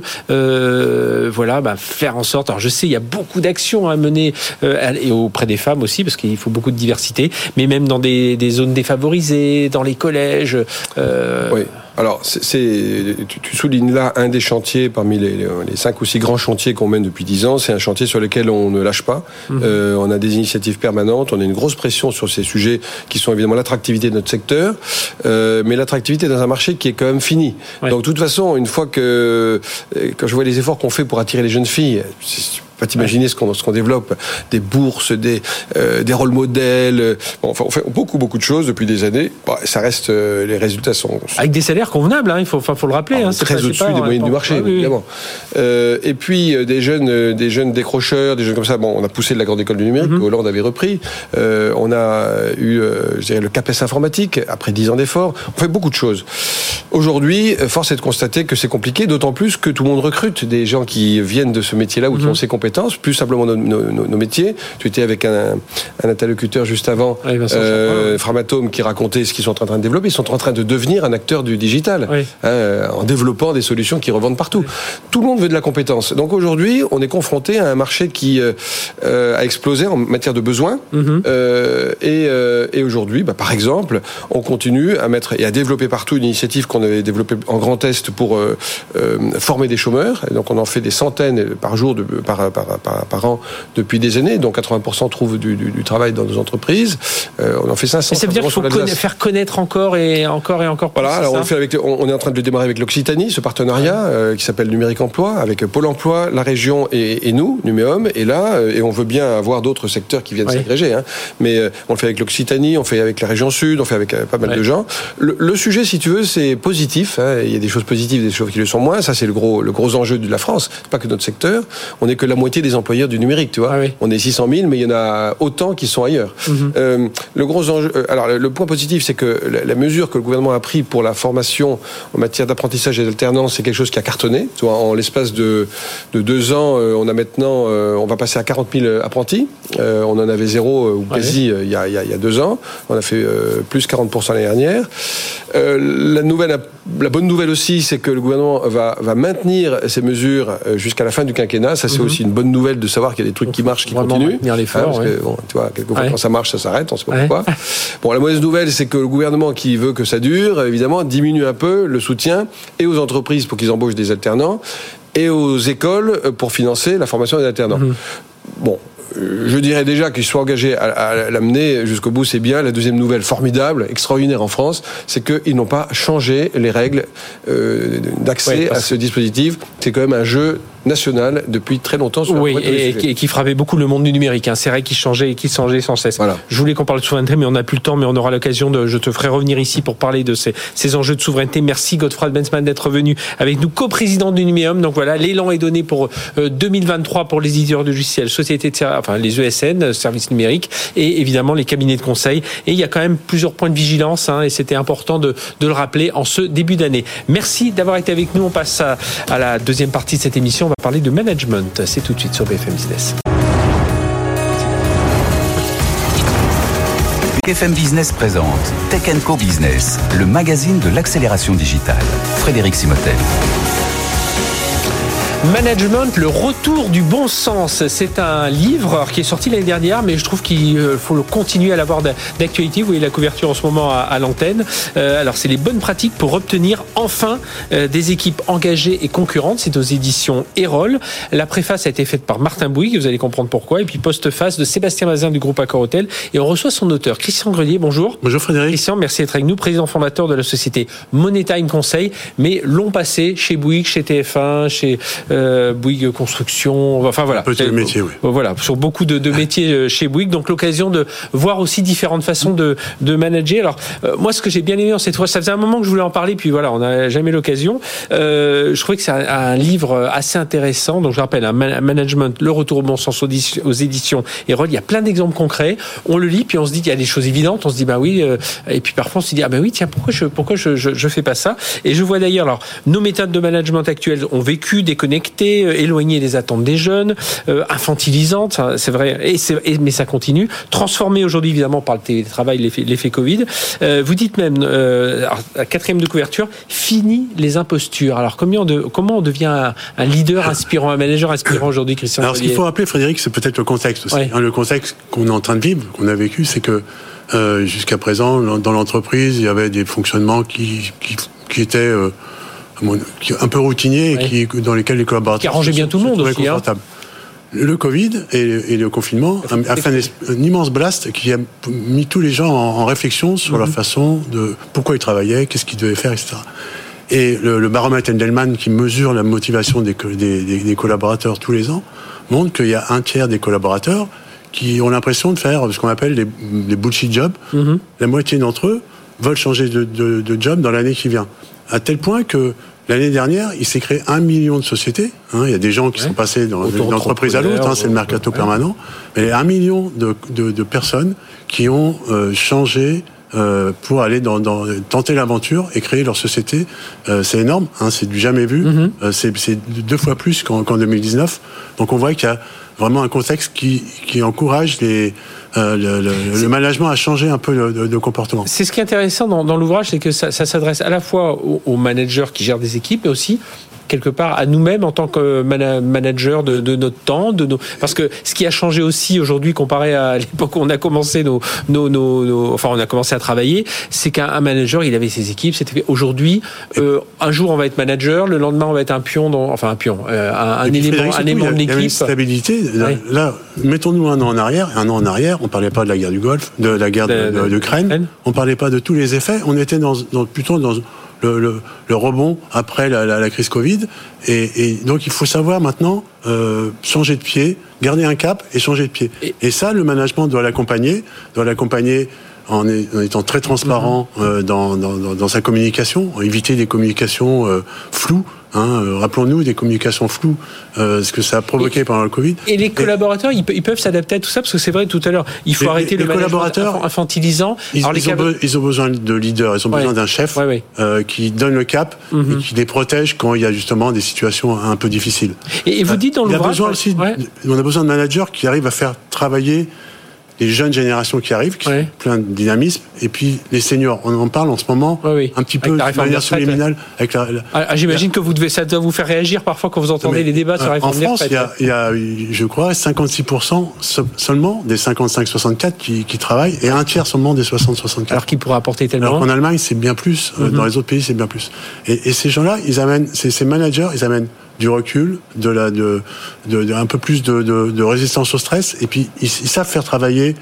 euh, voilà bah, faire en sorte. Alors je sais il y a beaucoup d'actions à mener euh, et auprès des femmes aussi parce qu'il faut beaucoup de diversité, mais même dans des, des zones défavorisées, dans les collèges. Euh... Oui. Alors, c'est, c'est, tu, tu soulignes là un des chantiers parmi les, les cinq ou six grands chantiers qu'on mène depuis dix ans. C'est un chantier sur lequel on ne lâche pas. Mmh. Euh, on a des initiatives permanentes. On a une grosse pression sur ces sujets qui sont évidemment l'attractivité de notre secteur, euh, mais l'attractivité dans un marché qui est quand même fini. Ouais. Donc, de toute façon, une fois que quand je vois les efforts qu'on fait pour attirer les jeunes filles, c'est, pas t'imaginer ouais. ce qu'on ce qu'on développe, des bourses, des euh, des rôles modèles. Bon, enfin, on fait beaucoup beaucoup de choses depuis des années. Bon, ça reste euh, les résultats sont, sont avec des salaires convenables. Hein, il faut enfin faut le rappeler. Ah, hein, c'est très au-dessus pas, des moyennes du marché, ah, évidemment. Oui. Euh, et puis euh, des jeunes euh, des jeunes décrocheurs, des jeunes comme ça. Bon, on a poussé de la grande école du numérique. Mm-hmm. Que Hollande avait repris. Euh, on a eu, euh, je dirais, le CAPES informatique après dix ans d'efforts. On fait beaucoup de choses. Aujourd'hui, force est de constater que c'est compliqué, d'autant plus que tout le monde recrute des gens qui viennent de ce métier-là ou mm-hmm. qui ont ces compétences, plus simplement Nos, nos, nos métiers. Tu étais avec un, un interlocuteur juste avant, oui, euh, Framatome, qui racontait ce qu'ils sont en train de développer. Ils sont en train de devenir un acteur du digital, oui. hein, en développant des solutions qui revendent partout. Oui. Tout le monde veut de la compétence. Donc aujourd'hui, on est confronté à un marché qui euh, a explosé en matière de besoins. Mm-hmm. Euh, et, euh, et aujourd'hui, bah, par exemple, on continue à mettre et à développer partout une initiative qu'on avait développée en Grand Est pour euh, euh, former des chômeurs. Et donc on en fait des centaines par jour, de, par, par, par, par an depuis des années, donc quatre-vingts pour cent trouvent du, du, du travail dans nos entreprises. Euh, on en fait cinq cents. Et ça veut dire qu'il faut conna- faire connaître encore et encore et encore plus. Voilà, alors on, le fait avec, on est en train de le démarrer avec l'Occitanie, ce partenariat euh, qui s'appelle Numérique Emploi, avec Pôle Emploi, la région et, et nous, Numéum. Et là, euh, et on veut bien avoir d'autres secteurs qui viennent oui. s'agréger. Hein, mais euh, on le fait avec l'Occitanie, on fait avec la région Sud, on fait avec euh, pas mal ouais. de gens. Le, le sujet, si tu veux, c'est positif. Hein, il y a des choses positives, des choses qui le sont moins. Ça, c'est le gros, le gros enjeu de la France. C'est pas que notre secteur. On n'est que la moitié des employeurs du numérique, tu vois. Ah oui. On est six cent mille, mais il y en a autant qui sont ailleurs. Mm-hmm. Euh, le gros enjeu, alors le, le point positif, c'est que la, la mesure que le gouvernement a pris pour la formation en matière d'apprentissage et d'alternance, c'est quelque chose qui a cartonné. Tu vois, en l'espace de, de deux ans, euh, on a maintenant, euh, on va passer à quarante mille apprentis. Euh, on en avait zéro ou quasi ouais. euh, il, y a, il, y a, il y a deux ans. On a fait euh, plus quarante pour cent l'année dernière. Euh, la nouvelle, la bonne nouvelle aussi, c'est que le gouvernement va, va maintenir ces mesures jusqu'à la fin du quinquennat. Ça, c'est mm-hmm. aussi une bonne nouvelle de savoir qu'il y a des trucs qui marchent, qui continuent. Maintenir l'effort, hein, parce ouais. que, bon, tu vois, quelquefois ouais. quand ça marche, ça s'arrête. On sait pas ouais. pourquoi. Bon, la mauvaise nouvelle, c'est que le gouvernement qui veut que ça dure, évidemment, diminue un peu le soutien et aux entreprises pour qu'ils embauchent des alternants et aux écoles pour financer la formation des alternants. Mm-hmm. Bon. Je dirais déjà qu'ils soient engagés à, à l'amener jusqu'au bout, c'est bien. La deuxième nouvelle formidable, extraordinaire en France, c'est qu'ils n'ont pas changé les règles euh, d'accès oui, à ce dispositif. C'est quand même un jeu national depuis très longtemps. Sur oui, et, et qui, qui frappait beaucoup le monde du numérique. Hein. C'est vrai qu'il changeait et qu'il changeait sans cesse. Voilà. Je voulais qu'on parle de souveraineté, mais on n'a plus le temps, mais on aura l'occasion de, je te ferai revenir ici pour parler de ces, ces enjeux de souveraineté. Merci Godefroy Bensman d'être venu avec nous, coprésident du Numéum. Donc voilà, l'élan est donné pour euh, deux mille vingt-trois pour les éditeurs de logiciels, sociétés de services, enfin les E S N, services numériques, et évidemment les cabinets de conseil. Et il y a quand même plusieurs points de vigilance, hein, et c'était important de, de le rappeler en ce début d'année. Merci d'avoir été avec nous. On passe à, à la deuxième partie de cette émission. On va parler de management. C'est tout de suite sur B F M Business. B F M Business présente Tech and Co Business, le magazine de l'accélération digitale. Frédéric Simotel. Management, le retour du bon sens. C'est un livre qui est sorti l'année dernière, mais je trouve qu'il faut continuer à l'avoir d'actualité. Vous voyez la couverture en ce moment à, à l'antenne. Euh, alors, c'est les bonnes pratiques pour obtenir enfin euh, des équipes engagées et concurrentes. C'est aux éditions Erol. La préface a été faite par Martin Bouygues, vous allez comprendre pourquoi. Et puis postface de Sébastien Bazin du groupe Accor Hotel. Et on reçoit son auteur, Christian Grelier. Bonjour. Bonjour Frédéric. Christian, merci d'être avec nous, président fondateur de la société Moneytime Conseil, mais long passé chez Bouygues, chez T F un, chez Euh, Bouygues Construction, enfin voilà. Petit métier, oui. Voilà, sur beaucoup de, de métiers chez Bouygues, donc l'occasion de voir aussi différentes façons de, de manager. Alors, euh, moi, ce que j'ai bien aimé dans cette fois, ça faisait un moment que je voulais en parler, puis voilà, on n'a jamais l'occasion. Euh, je trouvais que c'est un, un livre assez intéressant, donc je rappelle, un management, le retour au bon sens aux éditions Erol. Il y a plein d'exemples concrets. On le lit, puis on se dit qu'il y a des choses évidentes, on se dit, bah oui, euh, et puis parfois on se dit, ah bah oui, tiens, pourquoi je, pourquoi je, je, je fais pas ça? Et je vois d'ailleurs, alors, nos méthodes de management actuelles ont vécu, déconnectées, éloigner les attentes des jeunes, euh, infantilisantes, c'est vrai, et c'est, et, mais ça continue. Transformé aujourd'hui évidemment par le télétravail, l'effet, l'effet Covid. Euh, vous dites même, euh, alors, la quatrième de couverture, fini les impostures. Alors comment on, de, comment on devient un, un leader inspirant, un manager inspirant aujourd'hui, Christian? Alors ce qu'il faut rappeler, Frédéric, c'est peut-être le contexte aussi. Ouais. Le contexte qu'on est en train de vivre, qu'on a vécu, c'est que euh, jusqu'à présent, dans l'entreprise, il y avait des fonctionnements qui, qui, qui étaient euh, un peu routinier, ouais. et qui, dans lesquels les collaborateurs qui arrangeait bien tout le monde aussi. Hein. Le Covid et, et le confinement a, a fait un, un immense blast qui a mis tous les gens en, en réflexion sur mm-hmm. leur façon de pourquoi ils travaillaient, qu'est-ce qu'ils devaient faire, et cetera. Et le, le baromètre Endelman qui mesure la motivation des, des, des, des collaborateurs tous les ans montre qu'il y a un tiers des collaborateurs qui ont l'impression de faire ce qu'on appelle des, des bullshit jobs. Mm-hmm. La moitié d'entre eux veulent changer de, de, de job dans l'année qui vient. À tel point que l'année dernière, il s'est créé un million de sociétés. Hein, il y a des gens qui ouais. sont passés d'une entreprise à l'autre, hein, c'est le mercato ouais. permanent. Mais il y a un million de, de, de personnes qui ont euh, changé euh, pour aller dans, dans, tenter l'aventure et créer leur société. Euh, c'est énorme, hein, c'est du jamais vu. Mm-hmm. Euh, c'est, c'est deux fois plus qu'en, qu'en deux mille dix-neuf. Donc on voit qu'il y a vraiment un contexte qui, qui encourage les, euh, le, le, le management à changer un peu de, de, de comportement. C'est ce qui est intéressant dans, dans l'ouvrage, c'est que ça, ça s'adresse à la fois aux, aux managers qui gèrent des équipes, mais aussi quelque part à nous-mêmes en tant que manager de, de notre temps, de nos... parce que ce qui a changé aussi aujourd'hui comparé à l'époque où on a commencé nos, nos, nos, nos... enfin on a commencé à travailler, c'est qu'un manager il avait ses équipes, c'était aujourd'hui euh, un jour on va être manager, le lendemain on va être un pion, dans... enfin un pion, euh, un, un élément, un élément de l'équipe. Il y a une stabilité. Là, oui. là, mettons-nous un an en arrière. Un an en arrière, on parlait pas de la guerre du Golfe, de la guerre de, de, de, d'Ukraine. On parlait pas de tous les effets. On était dans, dans plutôt dans Le, le, le rebond après la, la, la crise Covid. Et, et donc, il faut savoir maintenant euh, changer de pied, garder un cap et changer de pied. Et, et ça, le management doit l'accompagner, doit l'accompagner en, est, en étant très transparent mm-hmm. euh, dans, dans, dans, dans sa communication, éviter des communications euh, floues. Hein, euh, rappelons-nous des communications floues, euh, ce que ça a provoqué et, pendant le Covid. Et les collaborateurs, et, ils peuvent s'adapter à tout ça, parce que c'est vrai tout à l'heure, il faut les, arrêter les le collaborateurs infantilisant. Ils, Alors, ils, les ont be, ils ont besoin de leaders, ils ont ouais. besoin d'un chef ouais, ouais. Euh, qui donne le cap mm-hmm. et qui les protège quand il y a justement des situations un peu difficiles. Et, et vous dites dans euh, l'ouvrage... besoin aussi, ouais. On a besoin de managers qui arrivent à faire travailler les jeunes générations qui arrivent, qui ouais. sont plein de dynamisme, et puis les seniors. On en parle en ce moment, ouais, oui. un petit peu de manière subliminale. Avec la, la, ah, j'imagine la... que vous devez, ça doit vous faire réagir parfois quand vous entendez mais, les débats sur la réforme des retraites. En France, il y, a, il y a, je crois, cinquante-six pour cent seulement des cinquante-cinq soixante-quatre qui, qui travaillent, et un tiers seulement des soixante soixante-quatre. Alors qui pourrait apporter tellement. Alors qu'en Allemagne, c'est bien plus, mm-hmm. dans les autres pays, c'est bien plus. Et, et ces gens-là, ils amènent, ces, ces managers, ils amènent du recul, de la, de, de, de un peu plus de, de, de résistance au stress, et puis ils, ils savent faire travailler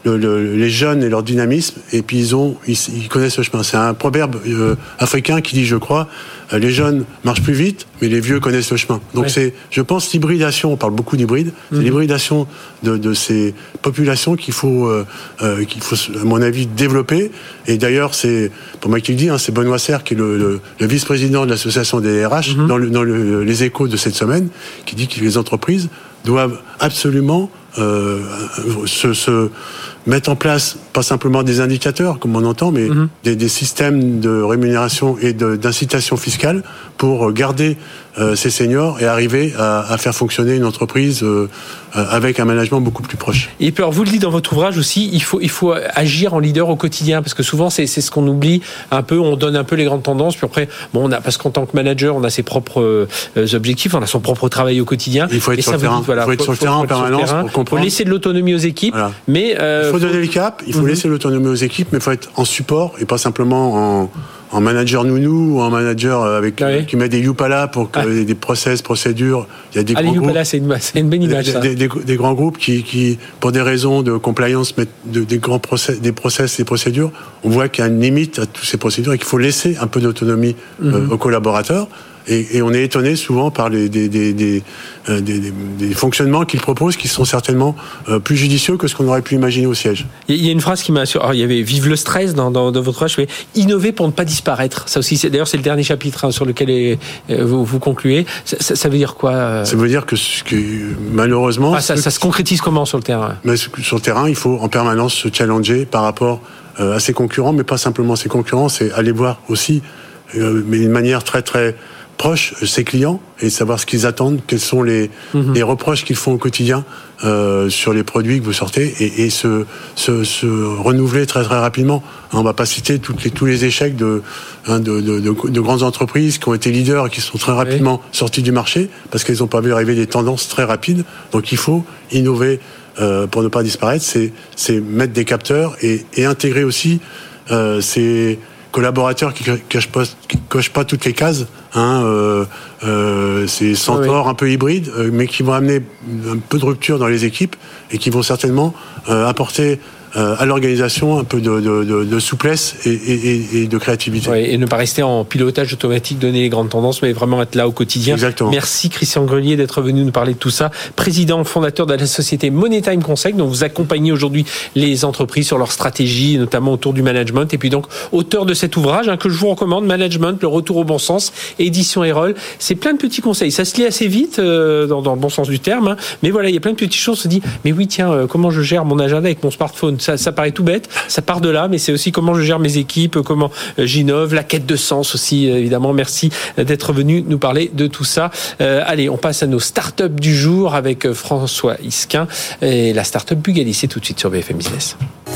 le, le, les jeunes et leur dynamisme, et puis ils ont, ils, ils connaissent le chemin. C'est un proverbe euh, africain qui dit, je crois, euh, les jeunes marchent plus vite, mais les vieux connaissent le chemin. Donc ouais. c'est, je pense, l'hybridation. On parle beaucoup d'hybride. Mmh. C'est l'hybridation de, de ces populations qu'il faut, euh, euh, qu'il faut, à mon avis, développer. Et d'ailleurs, c'est, pour moi qui le dis, hein, c'est Benoît Serre qui est le, le, le vice-président de l'association des R H mmh. dans, le, dans le, les Échos de cette semaine, qui dit que les entreprises doivent absolument euh, se, se mettre en place, pas simplement des indicateurs, comme on entend, mais mmh. des, des systèmes de rémunération et de, d'incitation fiscale pour garder euh, ces seniors et arriver à, à faire fonctionner une entreprise euh, avec un management beaucoup plus proche. Et puis alors vous le dites dans votre ouvrage aussi, il faut, il faut agir en leader au quotidien, parce que souvent c'est, c'est ce qu'on oublie un peu, on donne un peu les grandes tendances, puis après, bon, on a, parce qu'en tant que manager, on a ses propres euh, objectifs, on a son propre travail au quotidien. Il faut être, sur, le terrain. Dit, voilà, il faut être sur le terrain en permanence pour comprendre. Il faut laisser de l'autonomie aux équipes, voilà. mais... Euh, il faut, faut donner le cap, il faut mm-hmm. laisser l'autonomie aux équipes, mais il faut être en support et pas simplement en... en manager nounou ou en manager avec, ah oui. qui met des youpala pour que ah. des process, procédures. Il y a des ah, grands les youpala, groupes, c'est une, c'est une bonne image. Des, ça. Des, des, des grands groupes qui, qui, pour des raisons de compliance, mettent de, des grands process, des process et procédures. On voit qu'il y a une limite à toutes ces procédures et qu'il faut laisser un peu d'autonomie mm-hmm. euh, aux collaborateurs. Et, et on est étonné souvent par les, des, des, des, euh, des, des, des fonctionnements qu'ils proposent qui sont certainement euh, plus judicieux que ce qu'on aurait pu imaginer au siège. Il y a une phrase qui m'a... Alors, il y avait « Vive le stress » dans, dans, dans votre phrase. Je fais « Innover pour ne pas disparaître ». Ça aussi, c'est, d'ailleurs, c'est le dernier chapitre hein, sur lequel est, euh, vous, vous concluez. Ça, ça, ça veut dire quoi euh... Ça veut dire que, que malheureusement... Ah, ça, ça se concrétise comment sur le terrain? Mais sur le terrain, il faut en permanence se challenger par rapport euh, à ses concurrents, mais pas simplement ses concurrents, c'est aller voir aussi, euh, mais d'une manière très très... proche ses clients et savoir ce qu'ils attendent, quels sont les, mmh. les reproches qu'ils font au quotidien euh, sur les produits que vous sortez et, et se, se, se renouveler très très rapidement. On ne va pas citer toutes les, tous les échecs de, hein, de, de, de, de grandes entreprises qui ont été leaders et qui sont très rapidement oui. sortis du marché parce qu'elles n'ont pas vu arriver des tendances très rapides. Donc il faut innover euh, pour ne pas disparaître, c'est, c'est mettre des capteurs et, et intégrer aussi euh, ces collaborateurs qui cochent pas, qui cochent pas toutes les cases, hein, euh, euh, c'est centaures oui. un peu hybrides, euh, mais qui vont amener un peu de rupture dans les équipes et qui vont certainement euh, apporter euh, à l'organisation un peu de, de, de, de souplesse et, et, et de créativité. Oui, et ne pas rester en pilotage automatique, donner les grandes tendances, mais vraiment être là au quotidien. Exactement. Merci Christian Grelier d'être venu nous parler de tout ça. Président, fondateur de la société Moneytime Conseil, dont vous accompagnez aujourd'hui les entreprises sur leur stratégie, notamment autour du management. Et puis donc, auteur de cet ouvrage hein, que je vous recommande, Management, le retour au bon sens, édition Erol. C'est plein de petits conseils. Ça se lit assez vite, euh, dans, dans le bon sens du terme. Hein, mais voilà, il y a plein de petites choses. On se dit, mais oui, tiens, euh, comment je gère mon agenda avec mon smartphone? Ça, ça paraît tout bête, ça part de là, mais c'est aussi comment je gère mes équipes, comment j'innove, la quête de sens aussi, évidemment. Merci d'être venu nous parler de tout ça. Euh, allez, on passe à nos startups du jour avec François Isquin et la startup Bugali. C'est tout de suite sur B F M Business.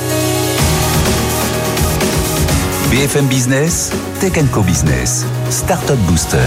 B F M Business, Tech and Co Business, Startup Booster.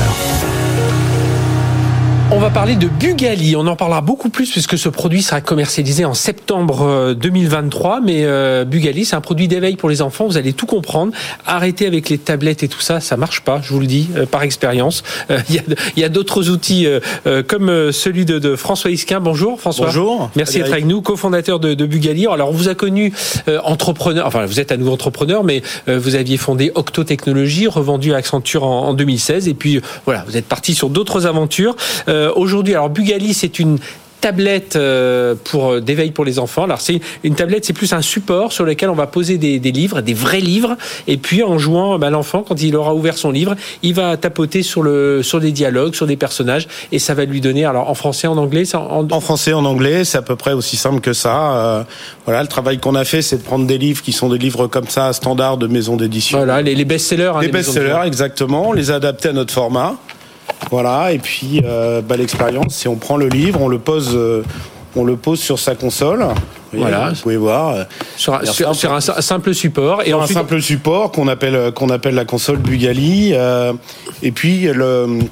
On va parler de Bugali. On en parlera beaucoup plus puisque ce produit sera commercialisé en septembre deux mille vingt-trois. Mais euh, Bugali, c'est un produit d'éveil pour les enfants. Vous allez tout comprendre. Arrêtez avec les tablettes et tout ça. Ça marche pas, je vous le dis, euh, par expérience. Il euh, y, y a d'autres outils euh, euh, comme euh, celui de, de François Isquin. Bonjour François. Bonjour. Merci d'être avec nous, cofondateur de, de Bugali. Alors on vous a connu euh, entrepreneur, enfin vous êtes à nouveau entrepreneur, mais euh, vous aviez fondé Octo Technologies, revendu à Accenture en, en deux mille seize. Et puis euh, voilà, vous êtes parti sur d'autres aventures. Euh, Aujourd'hui, alors Bugali, c'est une tablette pour d'éveil pour les enfants. Alors c'est une tablette, c'est plus un support sur lequel on va poser des, des livres, des vrais livres. Et puis en jouant, bah, l'enfant, quand il aura ouvert son livre, il va tapoter sur le sur des dialogues, sur des personnages, et ça va lui donner. Alors en français, en anglais, ça, en... en français, en anglais, c'est à peu près aussi simple que ça. Euh, voilà, le travail qu'on a fait, c'est de prendre des livres qui sont des livres comme ça, standards de maisons d'édition. Voilà, les, les best-sellers. Hein, les best-sellers, exactement. On les a adaptés à notre format. Voilà, et puis euh, bah, l'expérience, c'est on prend le livre, on le pose, euh, on le pose sur sa console. Vous voyez, voilà, vous pouvez voir sur un, sur, sur un simple support et ensuite, un simple support qu'on appelle qu'on appelle la console Bugali. Euh, et puis le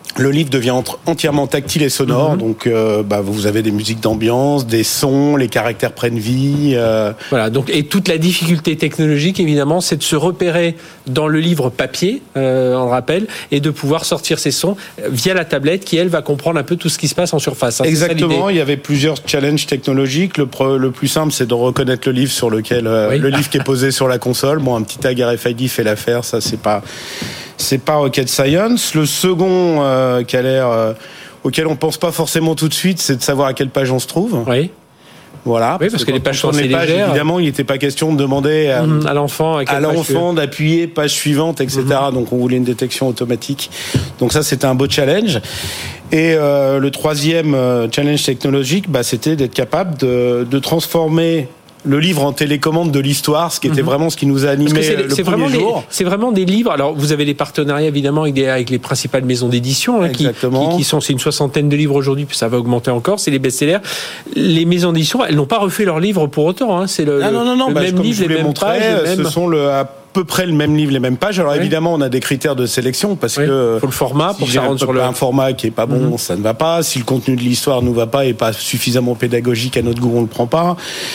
Le livre devient entièrement tactile et sonore, mmh. donc euh, bah, vous avez des musiques d'ambiance, des sons, les caractères prennent vie. Euh... Voilà, donc et toute la difficulté technologique, évidemment, c'est de se repérer dans le livre papier, euh, on le rappelle, et de pouvoir sortir ces sons via la tablette qui, elle, va comprendre un peu tout ce qui se passe en surface. Hein, Exactement, il y avait plusieurs challenges technologiques. Le, pre, le plus simple, c'est de reconnaître le livre sur lequel euh, oui. le livre qui est posé sur la console. Bon, un petit tag R F I D fait l'affaire, ça c'est pas... C'est pas rocket science. Le second euh, qui a l'air, euh, auquel on pense pas forcément tout de suite, c'est de savoir à quelle page on se trouve. Oui. Voilà. Oui, parce, parce que, que les pages sont assez légères. Évidemment, il n'était pas question de demander à, mmh, à l'enfant, à, à l'enfant d'appuyer page suivante, et cetera. Mmh. Donc, on voulait une détection automatique. Donc ça, c'était un beau challenge. Et euh, le troisième challenge technologique, bah, c'était d'être capable de, de transformer le livre en télécommande de l'histoire, ce qui était mmh. vraiment ce qui nous a animé c'est, le c'est premier vraiment jour. Des, c'est vraiment des livres. Alors, vous avez des partenariats évidemment avec, des, avec les principales maisons d'édition, hein, qui, qui, qui sont, c'est une soixantaine de livres aujourd'hui, puis ça va augmenter encore. C'est les best-sellers. Les maisons d'édition, elles n'ont pas refait leurs livres pour autant. Hein. C'est le, ah, non, non, non, le bah, même comme livre, je vous les mêmes montré, pages, les ce mêmes... sont le à peu près le même livre, les mêmes pages. Alors oui. évidemment, on a des critères de sélection parce oui. que faut le format si pour que ça rentre sur le un format qui est pas bon, mm-hmm. ça ne va pas. Si le contenu de l'histoire nous va pas et pas suffisamment pédagogique à notre goût, on le prend pas.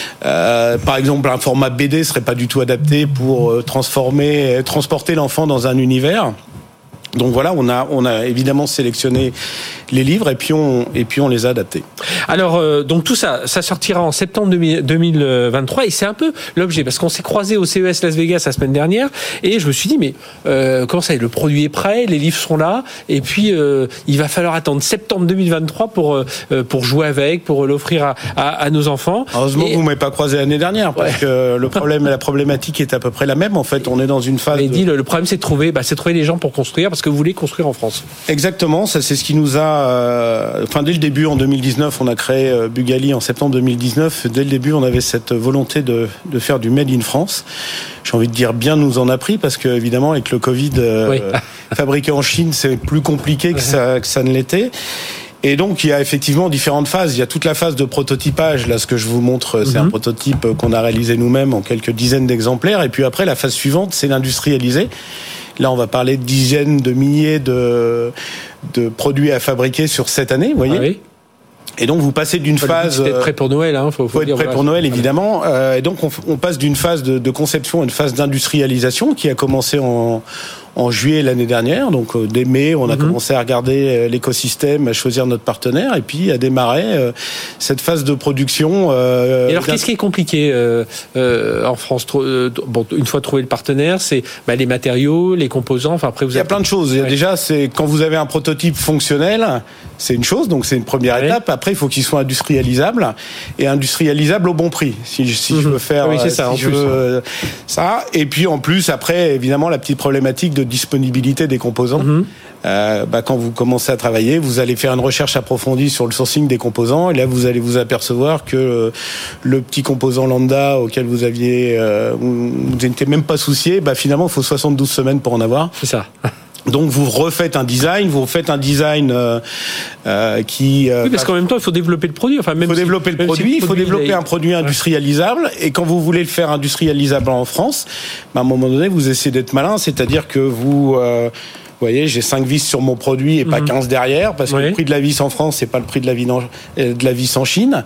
Euh, par exemple, un format B D serait pas du tout adapté pour transformer, transporter l'enfant dans un univers. Donc voilà, on a on a évidemment sélectionné les livres et puis on et puis on les a adaptés. Alors euh, donc tout ça, ça sortira en septembre deux mille vingt-trois et c'est un peu l'objet parce qu'on s'est croisé au C E S Las Vegas la semaine dernière et je me suis dit mais euh, comment ça, le produit est prêt, les livres sont là et puis euh, il va falloir attendre septembre deux mille vingt-trois pour euh, pour jouer avec, pour l'offrir à à, à nos enfants. Heureusement et... que vous m'avez pas croisé l'année dernière parce ouais. que le problème la problématique est à peu près la même. En fait, on est dans une phase. Mais de... dit le, le problème c'est de trouver bah c'est de trouver les gens pour construire parce que vous voulez construire en France. Exactement, ça c'est ce qui nous a euh, enfin dès le début en deux mille dix-neuf, on a créé euh, Bugali en septembre deux mille dix-neuf, dès le début on avait cette volonté de de faire du made in France. J'ai envie de dire bien nous en a pris parce que évidemment avec le Covid euh, oui. fabriqué en Chine, c'est plus compliqué que ça que ça ne l'était. Et donc, il y a effectivement différentes phases. Il y a toute la phase de prototypage. Là, ce que je vous montre, c'est mm-hmm. un prototype qu'on a réalisé nous-mêmes en quelques dizaines d'exemplaires. Et puis après, la phase suivante, c'est l'industrialiser. Là, on va parler de dizaines de milliers de, de produits à fabriquer sur cette année, vous voyez. Ah oui. Et donc, vous passez d'une faut phase... Faut être prêt pour Noël, hein. Faut, faut, faut être dire, prêt voilà. pour Noël, évidemment. Euh, et donc, on, on passe d'une phase de, de conception à une phase d'industrialisation qui a commencé en... en juillet l'année dernière, donc euh, dès mai, on a mm-hmm. commencé à regarder euh, l'écosystème, à choisir notre partenaire, et puis à démarrer euh, cette phase de production. Euh, et alors, qu'est-ce qui est compliqué euh, euh, en France euh, bon, une fois trouvé le partenaire, c'est bah, les matériaux, les composants. Enfin, après, vous il y a avez... plein de choses. Il y a ouais. déjà, c'est quand vous avez un prototype fonctionnel, c'est une chose, donc c'est une première ouais. étape. Après, il faut qu'il soit industrialisable et industrialisable au bon prix. Si, si mm-hmm. je veux faire, oui, c'est ça, si en je plus. veux euh, ça, et puis en plus, après, évidemment, la petite problématique de disponibilité des composants. Mmh. Euh, bah, quand vous commencez à travailler, vous allez faire une recherche approfondie sur le sourcing des composants, et là vous allez vous apercevoir que euh, le petit composant lambda auquel vous aviez, euh, vous n'étiez même pas soucié, bah finalement il faut soixante-douze semaines pour en avoir. C'est ça. Donc vous refaites un design, vous refaites un design euh, euh, qui. Euh, oui, parce qu'en même temps, il faut développer le produit. Enfin, même il faut si, développer le produit, si il faut développer est... un produit industrialisable. Ouais. Et quand vous voulez le faire industrialisable en France, bah, à un moment donné, vous essayez d'être malin, c'est-à-dire que vous. Euh, Vous voyez, j'ai cinq vis sur mon produit et pas mmh. quinze derrière, parce que oui. le prix de la vis en France, c'est pas le prix de la vis en, de la vis en Chine.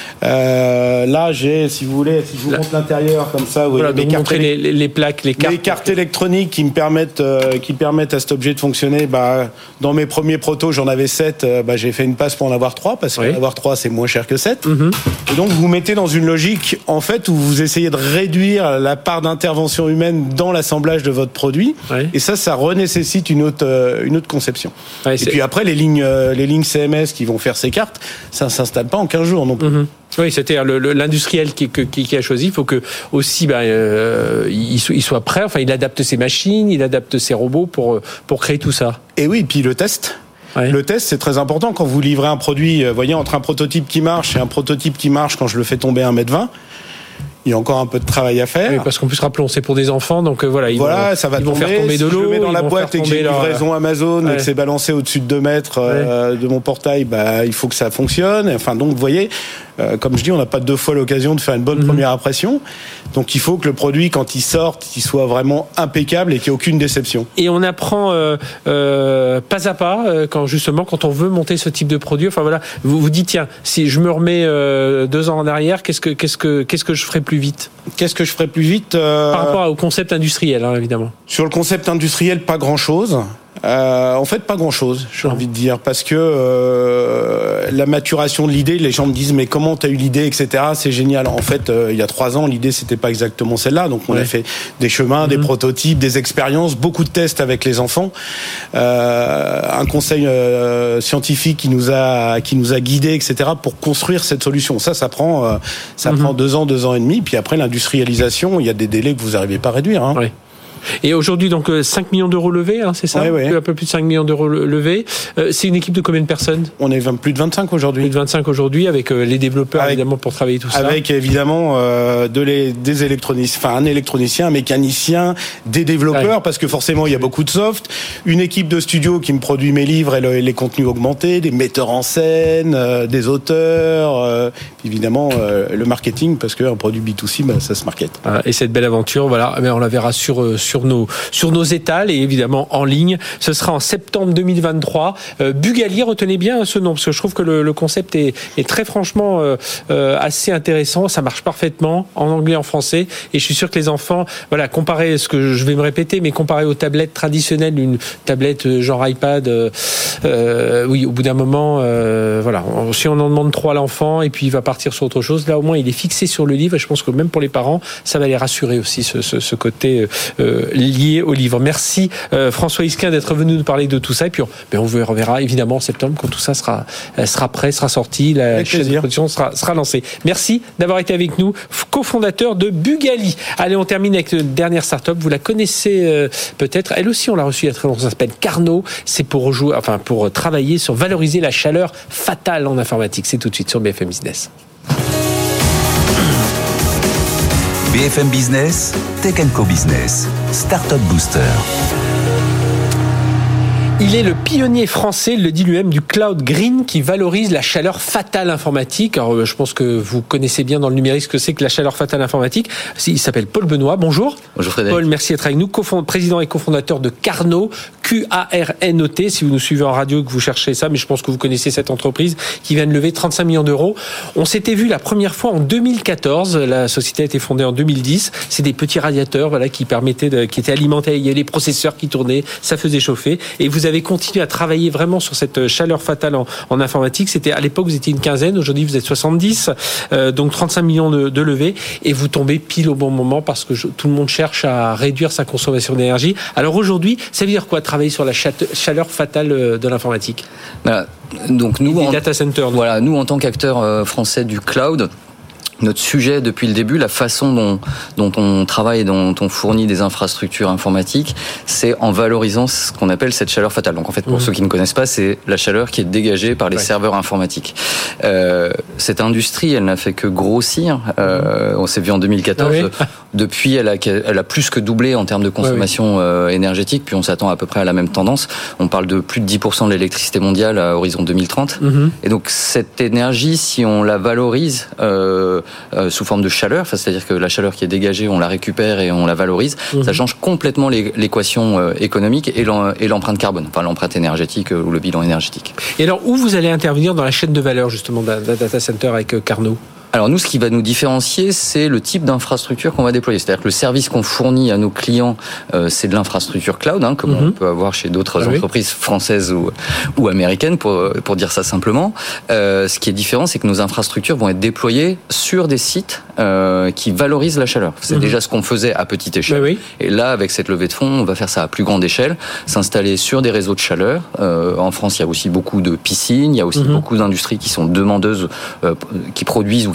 Euh, là, j'ai, si vous voulez, si je vous montre l'intérieur comme ça, vous voilà, voyez, les, cartes les, les, les plaques, les cartes, les cartes électroniques qui me permettent, euh, qui permettent à cet objet de fonctionner. Bah, dans mes premiers protos, j'en avais sept. Euh, bah, j'ai fait une passe pour en avoir trois, parce qu'en oui. avoir trois, c'est moins cher que sept. Mmh. Et donc, vous vous mettez dans une logique, en fait, où vous essayez de réduire la part d'intervention humaine dans l'assemblage de votre produit. Oui. Et ça, ça renécessite une autre une autre conception. Ouais, et puis après, les lignes, les lignes C M S qui vont faire ces cartes, ça ne s'installe pas en quinze jours non plus. Mm-hmm. Oui, c'est-à-dire le, le, l'industriel qui, qui, qui a choisi, il faut que aussi bah, euh, il, soit, il soit prêt, enfin il adapte ses machines, il adapte ses robots pour, pour créer tout ça. Et oui, et puis le test. Ouais. Le test, c'est très important quand vous livrez un produit, vous voyez, entre un prototype qui marche et un prototype qui marche quand je le fais tomber à un mètre vingt. Il y a encore un peu de travail à faire. Oui, parce qu'en plus, rappelons, c'est pour des enfants, donc euh, voilà, ils voilà, vont, ça va ils tomber. vont faire tomber de l'eau. Si je le mets dans la boîte et que j'ai une livraison leur... Amazon ouais. et que c'est balancé au-dessus de deux mètres euh, ouais. de mon portail, bah il faut que ça fonctionne. Enfin, donc, vous voyez, Euh, comme je dis, on n'a pas deux fois l'occasion de faire une bonne mmh. première impression. Donc il faut que le produit, quand il sorte, il soit vraiment impeccable et qu'il n'y ait aucune déception. Et on apprend euh, euh, pas à pas, euh, quand justement, quand on veut monter ce type de produit. Enfin voilà, vous vous dites tiens, si je me remets euh, deux ans en arrière, qu'est-ce que qu'est-ce que qu'est-ce que je ferais plus vite? Qu'est-ce que je ferais plus vite euh... Par rapport au concept industriel, hein, évidemment. Sur le concept industriel, pas grand-chose. Euh, en fait, pas grand-chose, j'ai envie de dire, parce que euh, la maturation de l'idée, les gens me disent mais comment t'as eu l'idée, et cetera. C'est génial. En fait, euh, il y a trois ans, l'idée c'était pas exactement celle-là, donc on ouais. a fait des chemins, mmh. des prototypes, des expériences, beaucoup de tests avec les enfants, euh, un conseil euh, scientifique qui nous a qui nous a guidés, et cetera. Pour construire cette solution. Ça, ça prend euh, ça mmh. prend deux ans, deux ans et demi. Puis après l'industrialisation, il y a des délais que vous n'arrivez pas à réduire. Hein. Ouais. Et aujourd'hui, donc, cinq millions d'euros levés, hein, c'est ça? Oui, oui. Un peu plus de cinq millions d'euros levés. Euh, c'est une équipe de combien de personnes? On est plus de vingt-cinq aujourd'hui. Plus de vingt-cinq aujourd'hui, avec euh, les développeurs, avec, évidemment, pour travailler tout ça. Avec, évidemment, euh, de les, des électroniciens, enfin, un électronicien, un mécanicien, des développeurs, ouais. parce que forcément, il y a beaucoup de soft. Une équipe de studio qui me produit mes livres et le, les contenus augmentés, des metteurs en scène, euh, des auteurs, euh, évidemment, euh, le marketing, parce qu'un produit B deux C, bah, ça se market. Et cette belle aventure, voilà, mais on la verra sur, euh, sur Sur nos, sur nos étals et évidemment en ligne. Ce sera en septembre deux mille vingt-trois. Euh, Bugali, retenez bien ce nom parce que je trouve que le, le concept est, est très franchement euh, euh, assez intéressant. Ça marche parfaitement en anglais, en français et je suis sûr que les enfants, voilà, comparé ce que je vais me répéter, mais comparé aux tablettes traditionnelles, une tablette genre iPad, euh, euh, oui, au bout d'un moment, euh, voilà, si on en demande trop à l'enfant et puis il va partir sur autre chose, là au moins il est fixé sur le livre et je pense que même pour les parents, ça va les rassurer aussi ce, ce, ce côté euh, lié au livre. Merci euh, François Isquin d'être venu nous parler de tout ça et puis on, ben on vous reverra évidemment en septembre quand tout ça sera, sera prêt, sera sorti, la avec chaîne plaisir. de production sera, sera lancée. Merci d'avoir été avec nous, cofondateur de Bugali. Allez, on termine avec une dernière start-up, vous la connaissez euh, peut-être, elle aussi on l'a reçue il y a très longtemps, ça s'appelle Carnot, c'est pour jouer, enfin pour travailler sur valoriser la chaleur fatale en informatique. C'est tout de suite sur B F M Business. B F M Business, Tech and Co Business, Startup Booster. Il est le pionnier français, il le dit lui-même, du cloud green qui valorise la chaleur fatale informatique. Alors, je pense que vous connaissez bien dans le numérique ce que c'est que la chaleur fatale informatique. Il s'appelle Paul Benoît. Bonjour. Bonjour Frédéric. Paul, merci d'être avec nous. Président et cofondateur de Carnot, Q A R N O T, si vous nous suivez en radio que vous cherchez ça, mais je pense que vous connaissez cette entreprise qui vient de lever trente-cinq millions d'euros. On s'était vu la première fois en deux mille quatorze. La société a été fondée en deux mille dix. C'est des petits radiateurs, voilà, qui permettaient de, qui étaient alimentés. Il y a les processeurs qui tournaient, ça faisait chauffer. Et vous avez continué à travailler vraiment sur cette chaleur fatale en, en informatique. C'était à l'époque, vous étiez une quinzaine. Aujourd'hui, vous êtes soixante-dix. Euh, donc trente-cinq millions de, de levées. Et vous tombez pile au bon moment parce que je, tout le monde cherche à réduire sa consommation d'énergie. Alors aujourd'hui, ça veut dire quoi, travailler sur la chaleur fatale de l'informatique? Voilà. Donc nous, en, data center, voilà, nous en tant qu'acteurs français du cloud, notre sujet depuis le début, la façon dont, dont on travaille, dont on fournit des infrastructures informatiques, c'est en valorisant ce qu'on appelle cette chaleur fatale. Donc en fait, pour mmh. ceux qui ne connaissent pas, c'est la chaleur qui est dégagée par les ouais. serveurs informatiques. Euh, cette industrie, elle n'a fait que grossir. Euh, on s'est vu en deux mille quatorze. Ah oui. Depuis, elle a, elle a plus que doublé en termes de consommation ouais, oui. énergétique. Puis on s'attend à peu près à la même tendance. On parle de plus de dix pour cent de l'électricité mondiale à horizon deux mille trente. Mmh. Et donc cette énergie, si on la valorise euh, Euh, sous forme de chaleur, c'est-à-dire que la chaleur qui est dégagée, on la récupère et on la valorise, mmh. ça change complètement l'équation euh, économique et l'empreinte carbone, enfin l'empreinte énergétique euh, ou le bilan énergétique. Et alors, où vous allez intervenir dans la chaîne de valeur justement d'un data center avec euh, Carnot ? Alors nous, ce qui va nous différencier, c'est le type d'infrastructure qu'on va déployer. C'est-à-dire que le service qu'on fournit à nos clients, euh, c'est de l'infrastructure cloud, hein, comme mm-hmm. on peut avoir chez d'autres ah entreprises oui. françaises ou, ou américaines, pour, pour dire ça simplement. Euh, ce qui est différent, c'est que nos infrastructures vont être déployées sur des sites euh, qui valorisent la chaleur. C'est mm-hmm. déjà ce qu'on faisait à petite échelle. Oui, oui. Et là, avec cette levée de fonds, on va faire ça à plus grande échelle, s'installer sur des réseaux de chaleur. Euh, en France, il y a aussi beaucoup de piscines, il y a aussi mm-hmm. beaucoup d'industries qui sont demandeuses, euh, qui produisent ou qui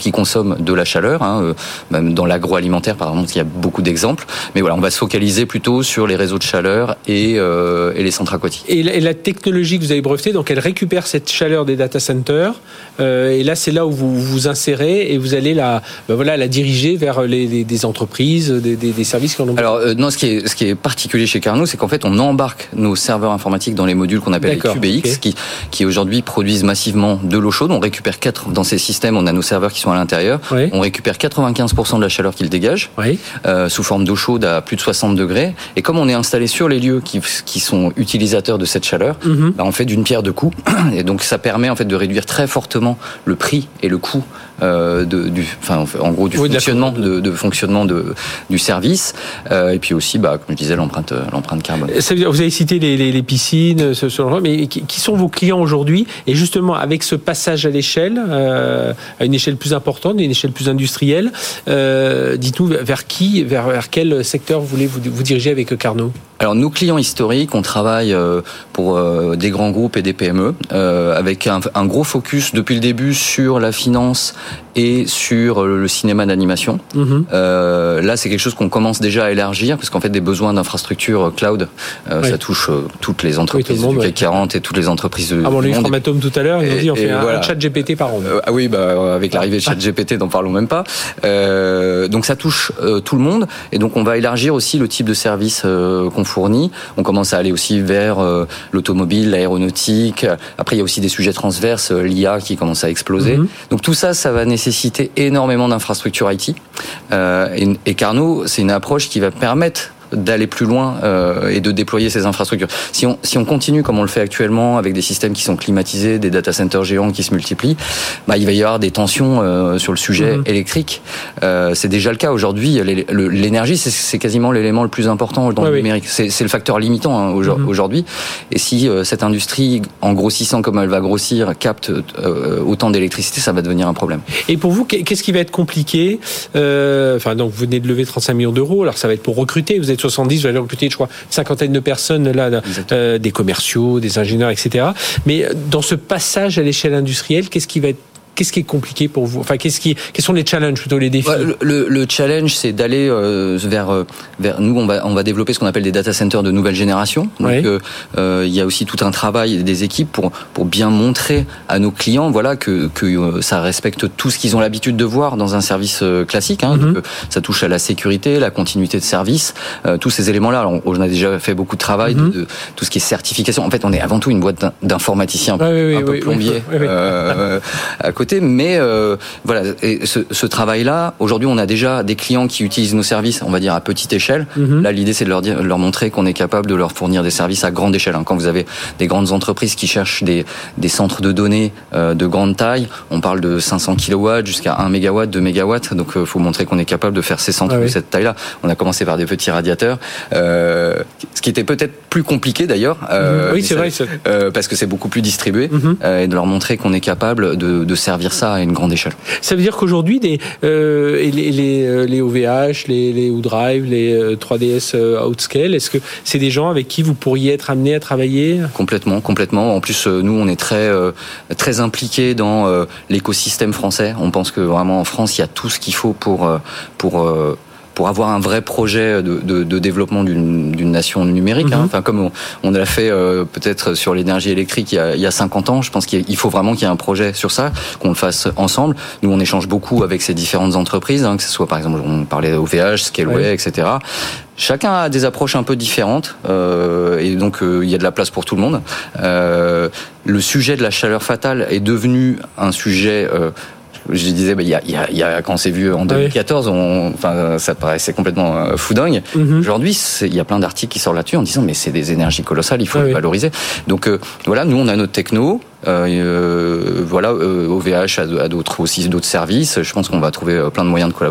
qui consomment de la chaleur, hein, même dans l'agroalimentaire par exemple, il y a beaucoup d'exemples. Mais voilà, on va se focaliser plutôt sur les réseaux de chaleur et, euh, et les centres aquatiques. Et la, et la technologie que vous avez brevetée, donc elle récupère cette chaleur des data centers. Euh, et là, c'est là où vous vous insérez et vous allez la, ben voilà, la diriger vers les, les des entreprises, des, des, des services qui en ont besoin. Alors euh, non, ce qui est ce qui est particulier chez Carnot, c'est qu'en fait, on embarque nos serveurs informatiques dans les modules qu'on appelle D'accord, les Q B X, okay. qui qui aujourd'hui produisent massivement de l'eau chaude. On récupère quatre dans ces systèmes. On a nos serveurs qui sont à l'intérieur. Oui. On récupère quatre-vingt-quinze pour cent de la chaleur qu'ils dégagent oui. euh, sous forme d'eau chaude à plus de soixante degrés. Et comme on est installé sur les lieux qui qui sont utilisateurs de cette chaleur, mm-hmm. bah, on fait d'une pierre deux coups. Et donc ça permet en fait de réduire très fortement le prix et le coût euh, de, du, enfin en gros du oui, fonctionnement de, de fonctionnement de du service. Euh, et puis aussi, bah comme je disais, l'empreinte l'empreinte carbone. Ça veut dire, vous avez cité les, les, les piscines, ce, ce genre, mais qui, qui sont vos clients aujourd'hui? Et justement, avec ce passage à l'échelle, euh, à une échelle plus importante, une échelle plus industrielle, euh, dites-nous vers qui, vers, vers quel secteur vous voulez vous, vous diriger avec Carnot? Alors nos clients historiques, on travaille pour des grands groupes et des P M E euh, avec un, un gros focus depuis le début sur la finance et sur le cinéma d'animation. Mmh. Euh, là, c'est quelque chose qu'on commence déjà à élargir parce qu'en fait, des besoins d'infrastructures cloud, euh, oui. ça touche euh, toutes les entreprises oui, monde, du C A C quarante ouais. et toutes les entreprises du ah bon, monde. Les Framatome tout à l'heure, ils ont dit on fait un, voilà. un chat G P T par an. Euh, ah oui, bah avec l'arrivée de chat G P T, n'en parlons même pas. Euh, donc ça touche euh, tout le monde et donc on va élargir aussi le type de service euh, qu'on fournit. On commence à aller aussi vers euh, l'automobile, l'aéronautique. Après, il y a aussi des sujets transverses, euh, l'I A qui commence à exploser. Mmh. Donc tout ça, ça va nécessiter énormément d'infrastructures I T. Euh, et, et Carnot, c'est une approche qui va permettre d'aller plus loin euh, et de déployer ces infrastructures. Si on si on continue comme on le fait actuellement avec des systèmes qui sont climatisés, des data centers géants qui se multiplient, bah il va y avoir des tensions euh, sur le sujet mmh. électrique. Euh, c'est déjà le cas aujourd'hui. L'énergie c'est, c'est quasiment l'élément le plus important dans ouais, le oui. numérique. C'est, c'est le facteur limitant hein, aujourd'hui. Mmh. Et si euh, cette industrie, en grossissant comme elle va grossir, capte euh, autant d'électricité, ça va devenir un problème. Et pour vous, qu'est-ce qui va être compliqué euh, Enfin, donc vous venez de lever trente-cinq millions d'euros. Alors ça va être pour recruter. Vous êtes soixante-dix, vous allez recruter, je crois, une cinquantaine de personnes, là, euh, des commerciaux, des ingénieurs, et cetera. Mais dans ce passage à l'échelle industrielle, qu'est-ce qui va être Qu'est-ce qui est compliqué pour vous? Enfin, qu'est-ce qui, quels sont les challenges plutôt, les défis? Le, le, le challenge, c'est d'aller euh, vers, vers nous. On va, on va développer ce qu'on appelle des data centers de nouvelle génération. Donc, oui. euh, euh, il y a aussi tout un travail des équipes pour pour bien montrer à nos clients, voilà, que que euh, ça respecte tout ce qu'ils ont l'habitude de voir dans un service euh, classique. Hein. Mm-hmm. Donc, euh, ça touche à la sécurité, la continuité de service, euh, tous ces éléments-là. Alors, on, on a déjà fait beaucoup de travail, mm-hmm. de, de tout ce qui est certification. En fait, on est avant tout une boîte d'informaticiens, oui, oui, un peu oui, plombier oui, oui, oui. Euh, à côté. Mais euh, voilà, et ce, ce travail-là, aujourd'hui, on a déjà des clients qui utilisent nos services, on va dire à petite échelle. Mm-hmm. Là, l'idée, c'est de leur dire, de leur montrer qu'on est capable de leur fournir des services à grande échelle. Quand vous avez des grandes entreprises qui cherchent des, des centres de données euh, de grande taille, on parle de cinq cents kilowatts jusqu'à un mégawatt, deux mégawatts. Donc, il euh, faut montrer qu'on est capable de faire ces centres ah, de oui. cette taille-là. On a commencé par des petits radiateurs, euh, ce qui était peut-être plus compliqué d'ailleurs. Euh, mm-hmm. Oui, c'est vrai. C'est... Euh, parce que c'est beaucoup plus distribué mm-hmm. euh, et de leur montrer qu'on est capable de, de servir ça à une grande échelle. Ça veut dire qu'aujourd'hui, des, euh, les, les, les O V H, les, les OuDrive, les trois D S Outscale, est-ce que c'est des gens avec qui vous pourriez être amené à travailler? Complètement, complètement. En plus, nous, on est très, euh, très impliqués dans euh, l'écosystème français. On pense que vraiment en France, il y a tout ce qu'il faut pour, pour euh, pour avoir un vrai projet de, de, de développement d'une, d'une nation numérique. Mm-hmm. Hein. Enfin, comme on, on l'a fait euh, peut-être sur l'énergie électrique il y, a, il y a cinquante ans, je pense qu'il faut vraiment qu'il y ait un projet sur ça, qu'on le fasse ensemble. Nous, on échange beaucoup avec ces différentes entreprises, hein, que ce soit par exemple, on parlait O V H, Scaleway, ouais. et cetera. Chacun a des approches un peu différentes euh, et donc euh, il y a de la place pour tout le monde. Euh, le sujet de la chaleur fatale est devenu un sujet... Euh, je disais, bah, il y a, il y a, il y a, quand on s'est vu en deux mille quatorze, on, enfin, ça paraissait complètement euh, foudingue. Mm-hmm. Aujourd'hui, c'est, il y a plein d'articles qui sortent là-dessus en disant, mais c'est des énergies colossales, il faut ah, les oui. valoriser. Donc, euh, voilà, nous, on a notre techno. Euh, euh, voilà, euh, O V H a, a d'autres aussi d'autres services. Je pense qu'on va trouver plein de moyens de collaborer.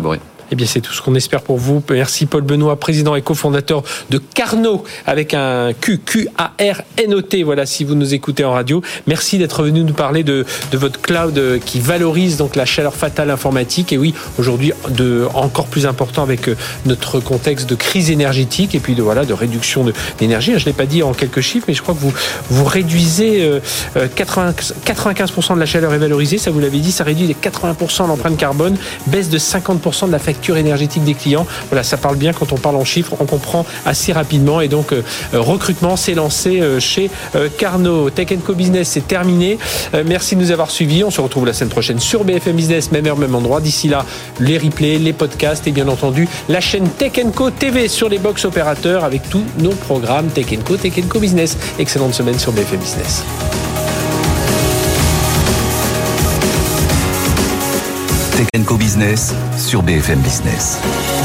Eh bien, c'est tout ce qu'on espère pour vous. Merci Paul Benoît, président et cofondateur de Qarnot, avec un Q, Q A R N O T. Voilà, si vous nous écoutez en radio. Merci d'être venu nous parler de, de votre cloud qui valorise donc la chaleur fatale informatique. Et oui, aujourd'hui, de, encore plus important avec notre contexte de crise énergétique et puis de, voilà, de réduction de, d'énergie. Je ne l'ai pas dit en quelques chiffres, mais je crois que vous, vous réduisez euh, quatre-vingt-quinze pour cent de la chaleur est valorisée. Ça, vous l'avez dit, ça réduit les quatre-vingts pour cent l'empreinte carbone, baisse de cinquante pour cent de la facture énergétique des clients. Voilà, ça parle bien quand on parle en chiffres, on comprend assez rapidement. Et donc, euh, recrutement s'est lancé euh, chez euh, Qarnot. Tech and Co Business, c'est terminé. Euh, merci de nous avoir suivis. On se retrouve la semaine prochaine sur B F M Business, même heure, même endroit. D'ici là, les replays, les podcasts et bien entendu, la chaîne Tech and Co T V sur les box opérateurs avec tous nos programmes Tech and Co, Tech and Co Business. Excellente semaine sur B F M Business. Tech and Co Business sur B F M Business.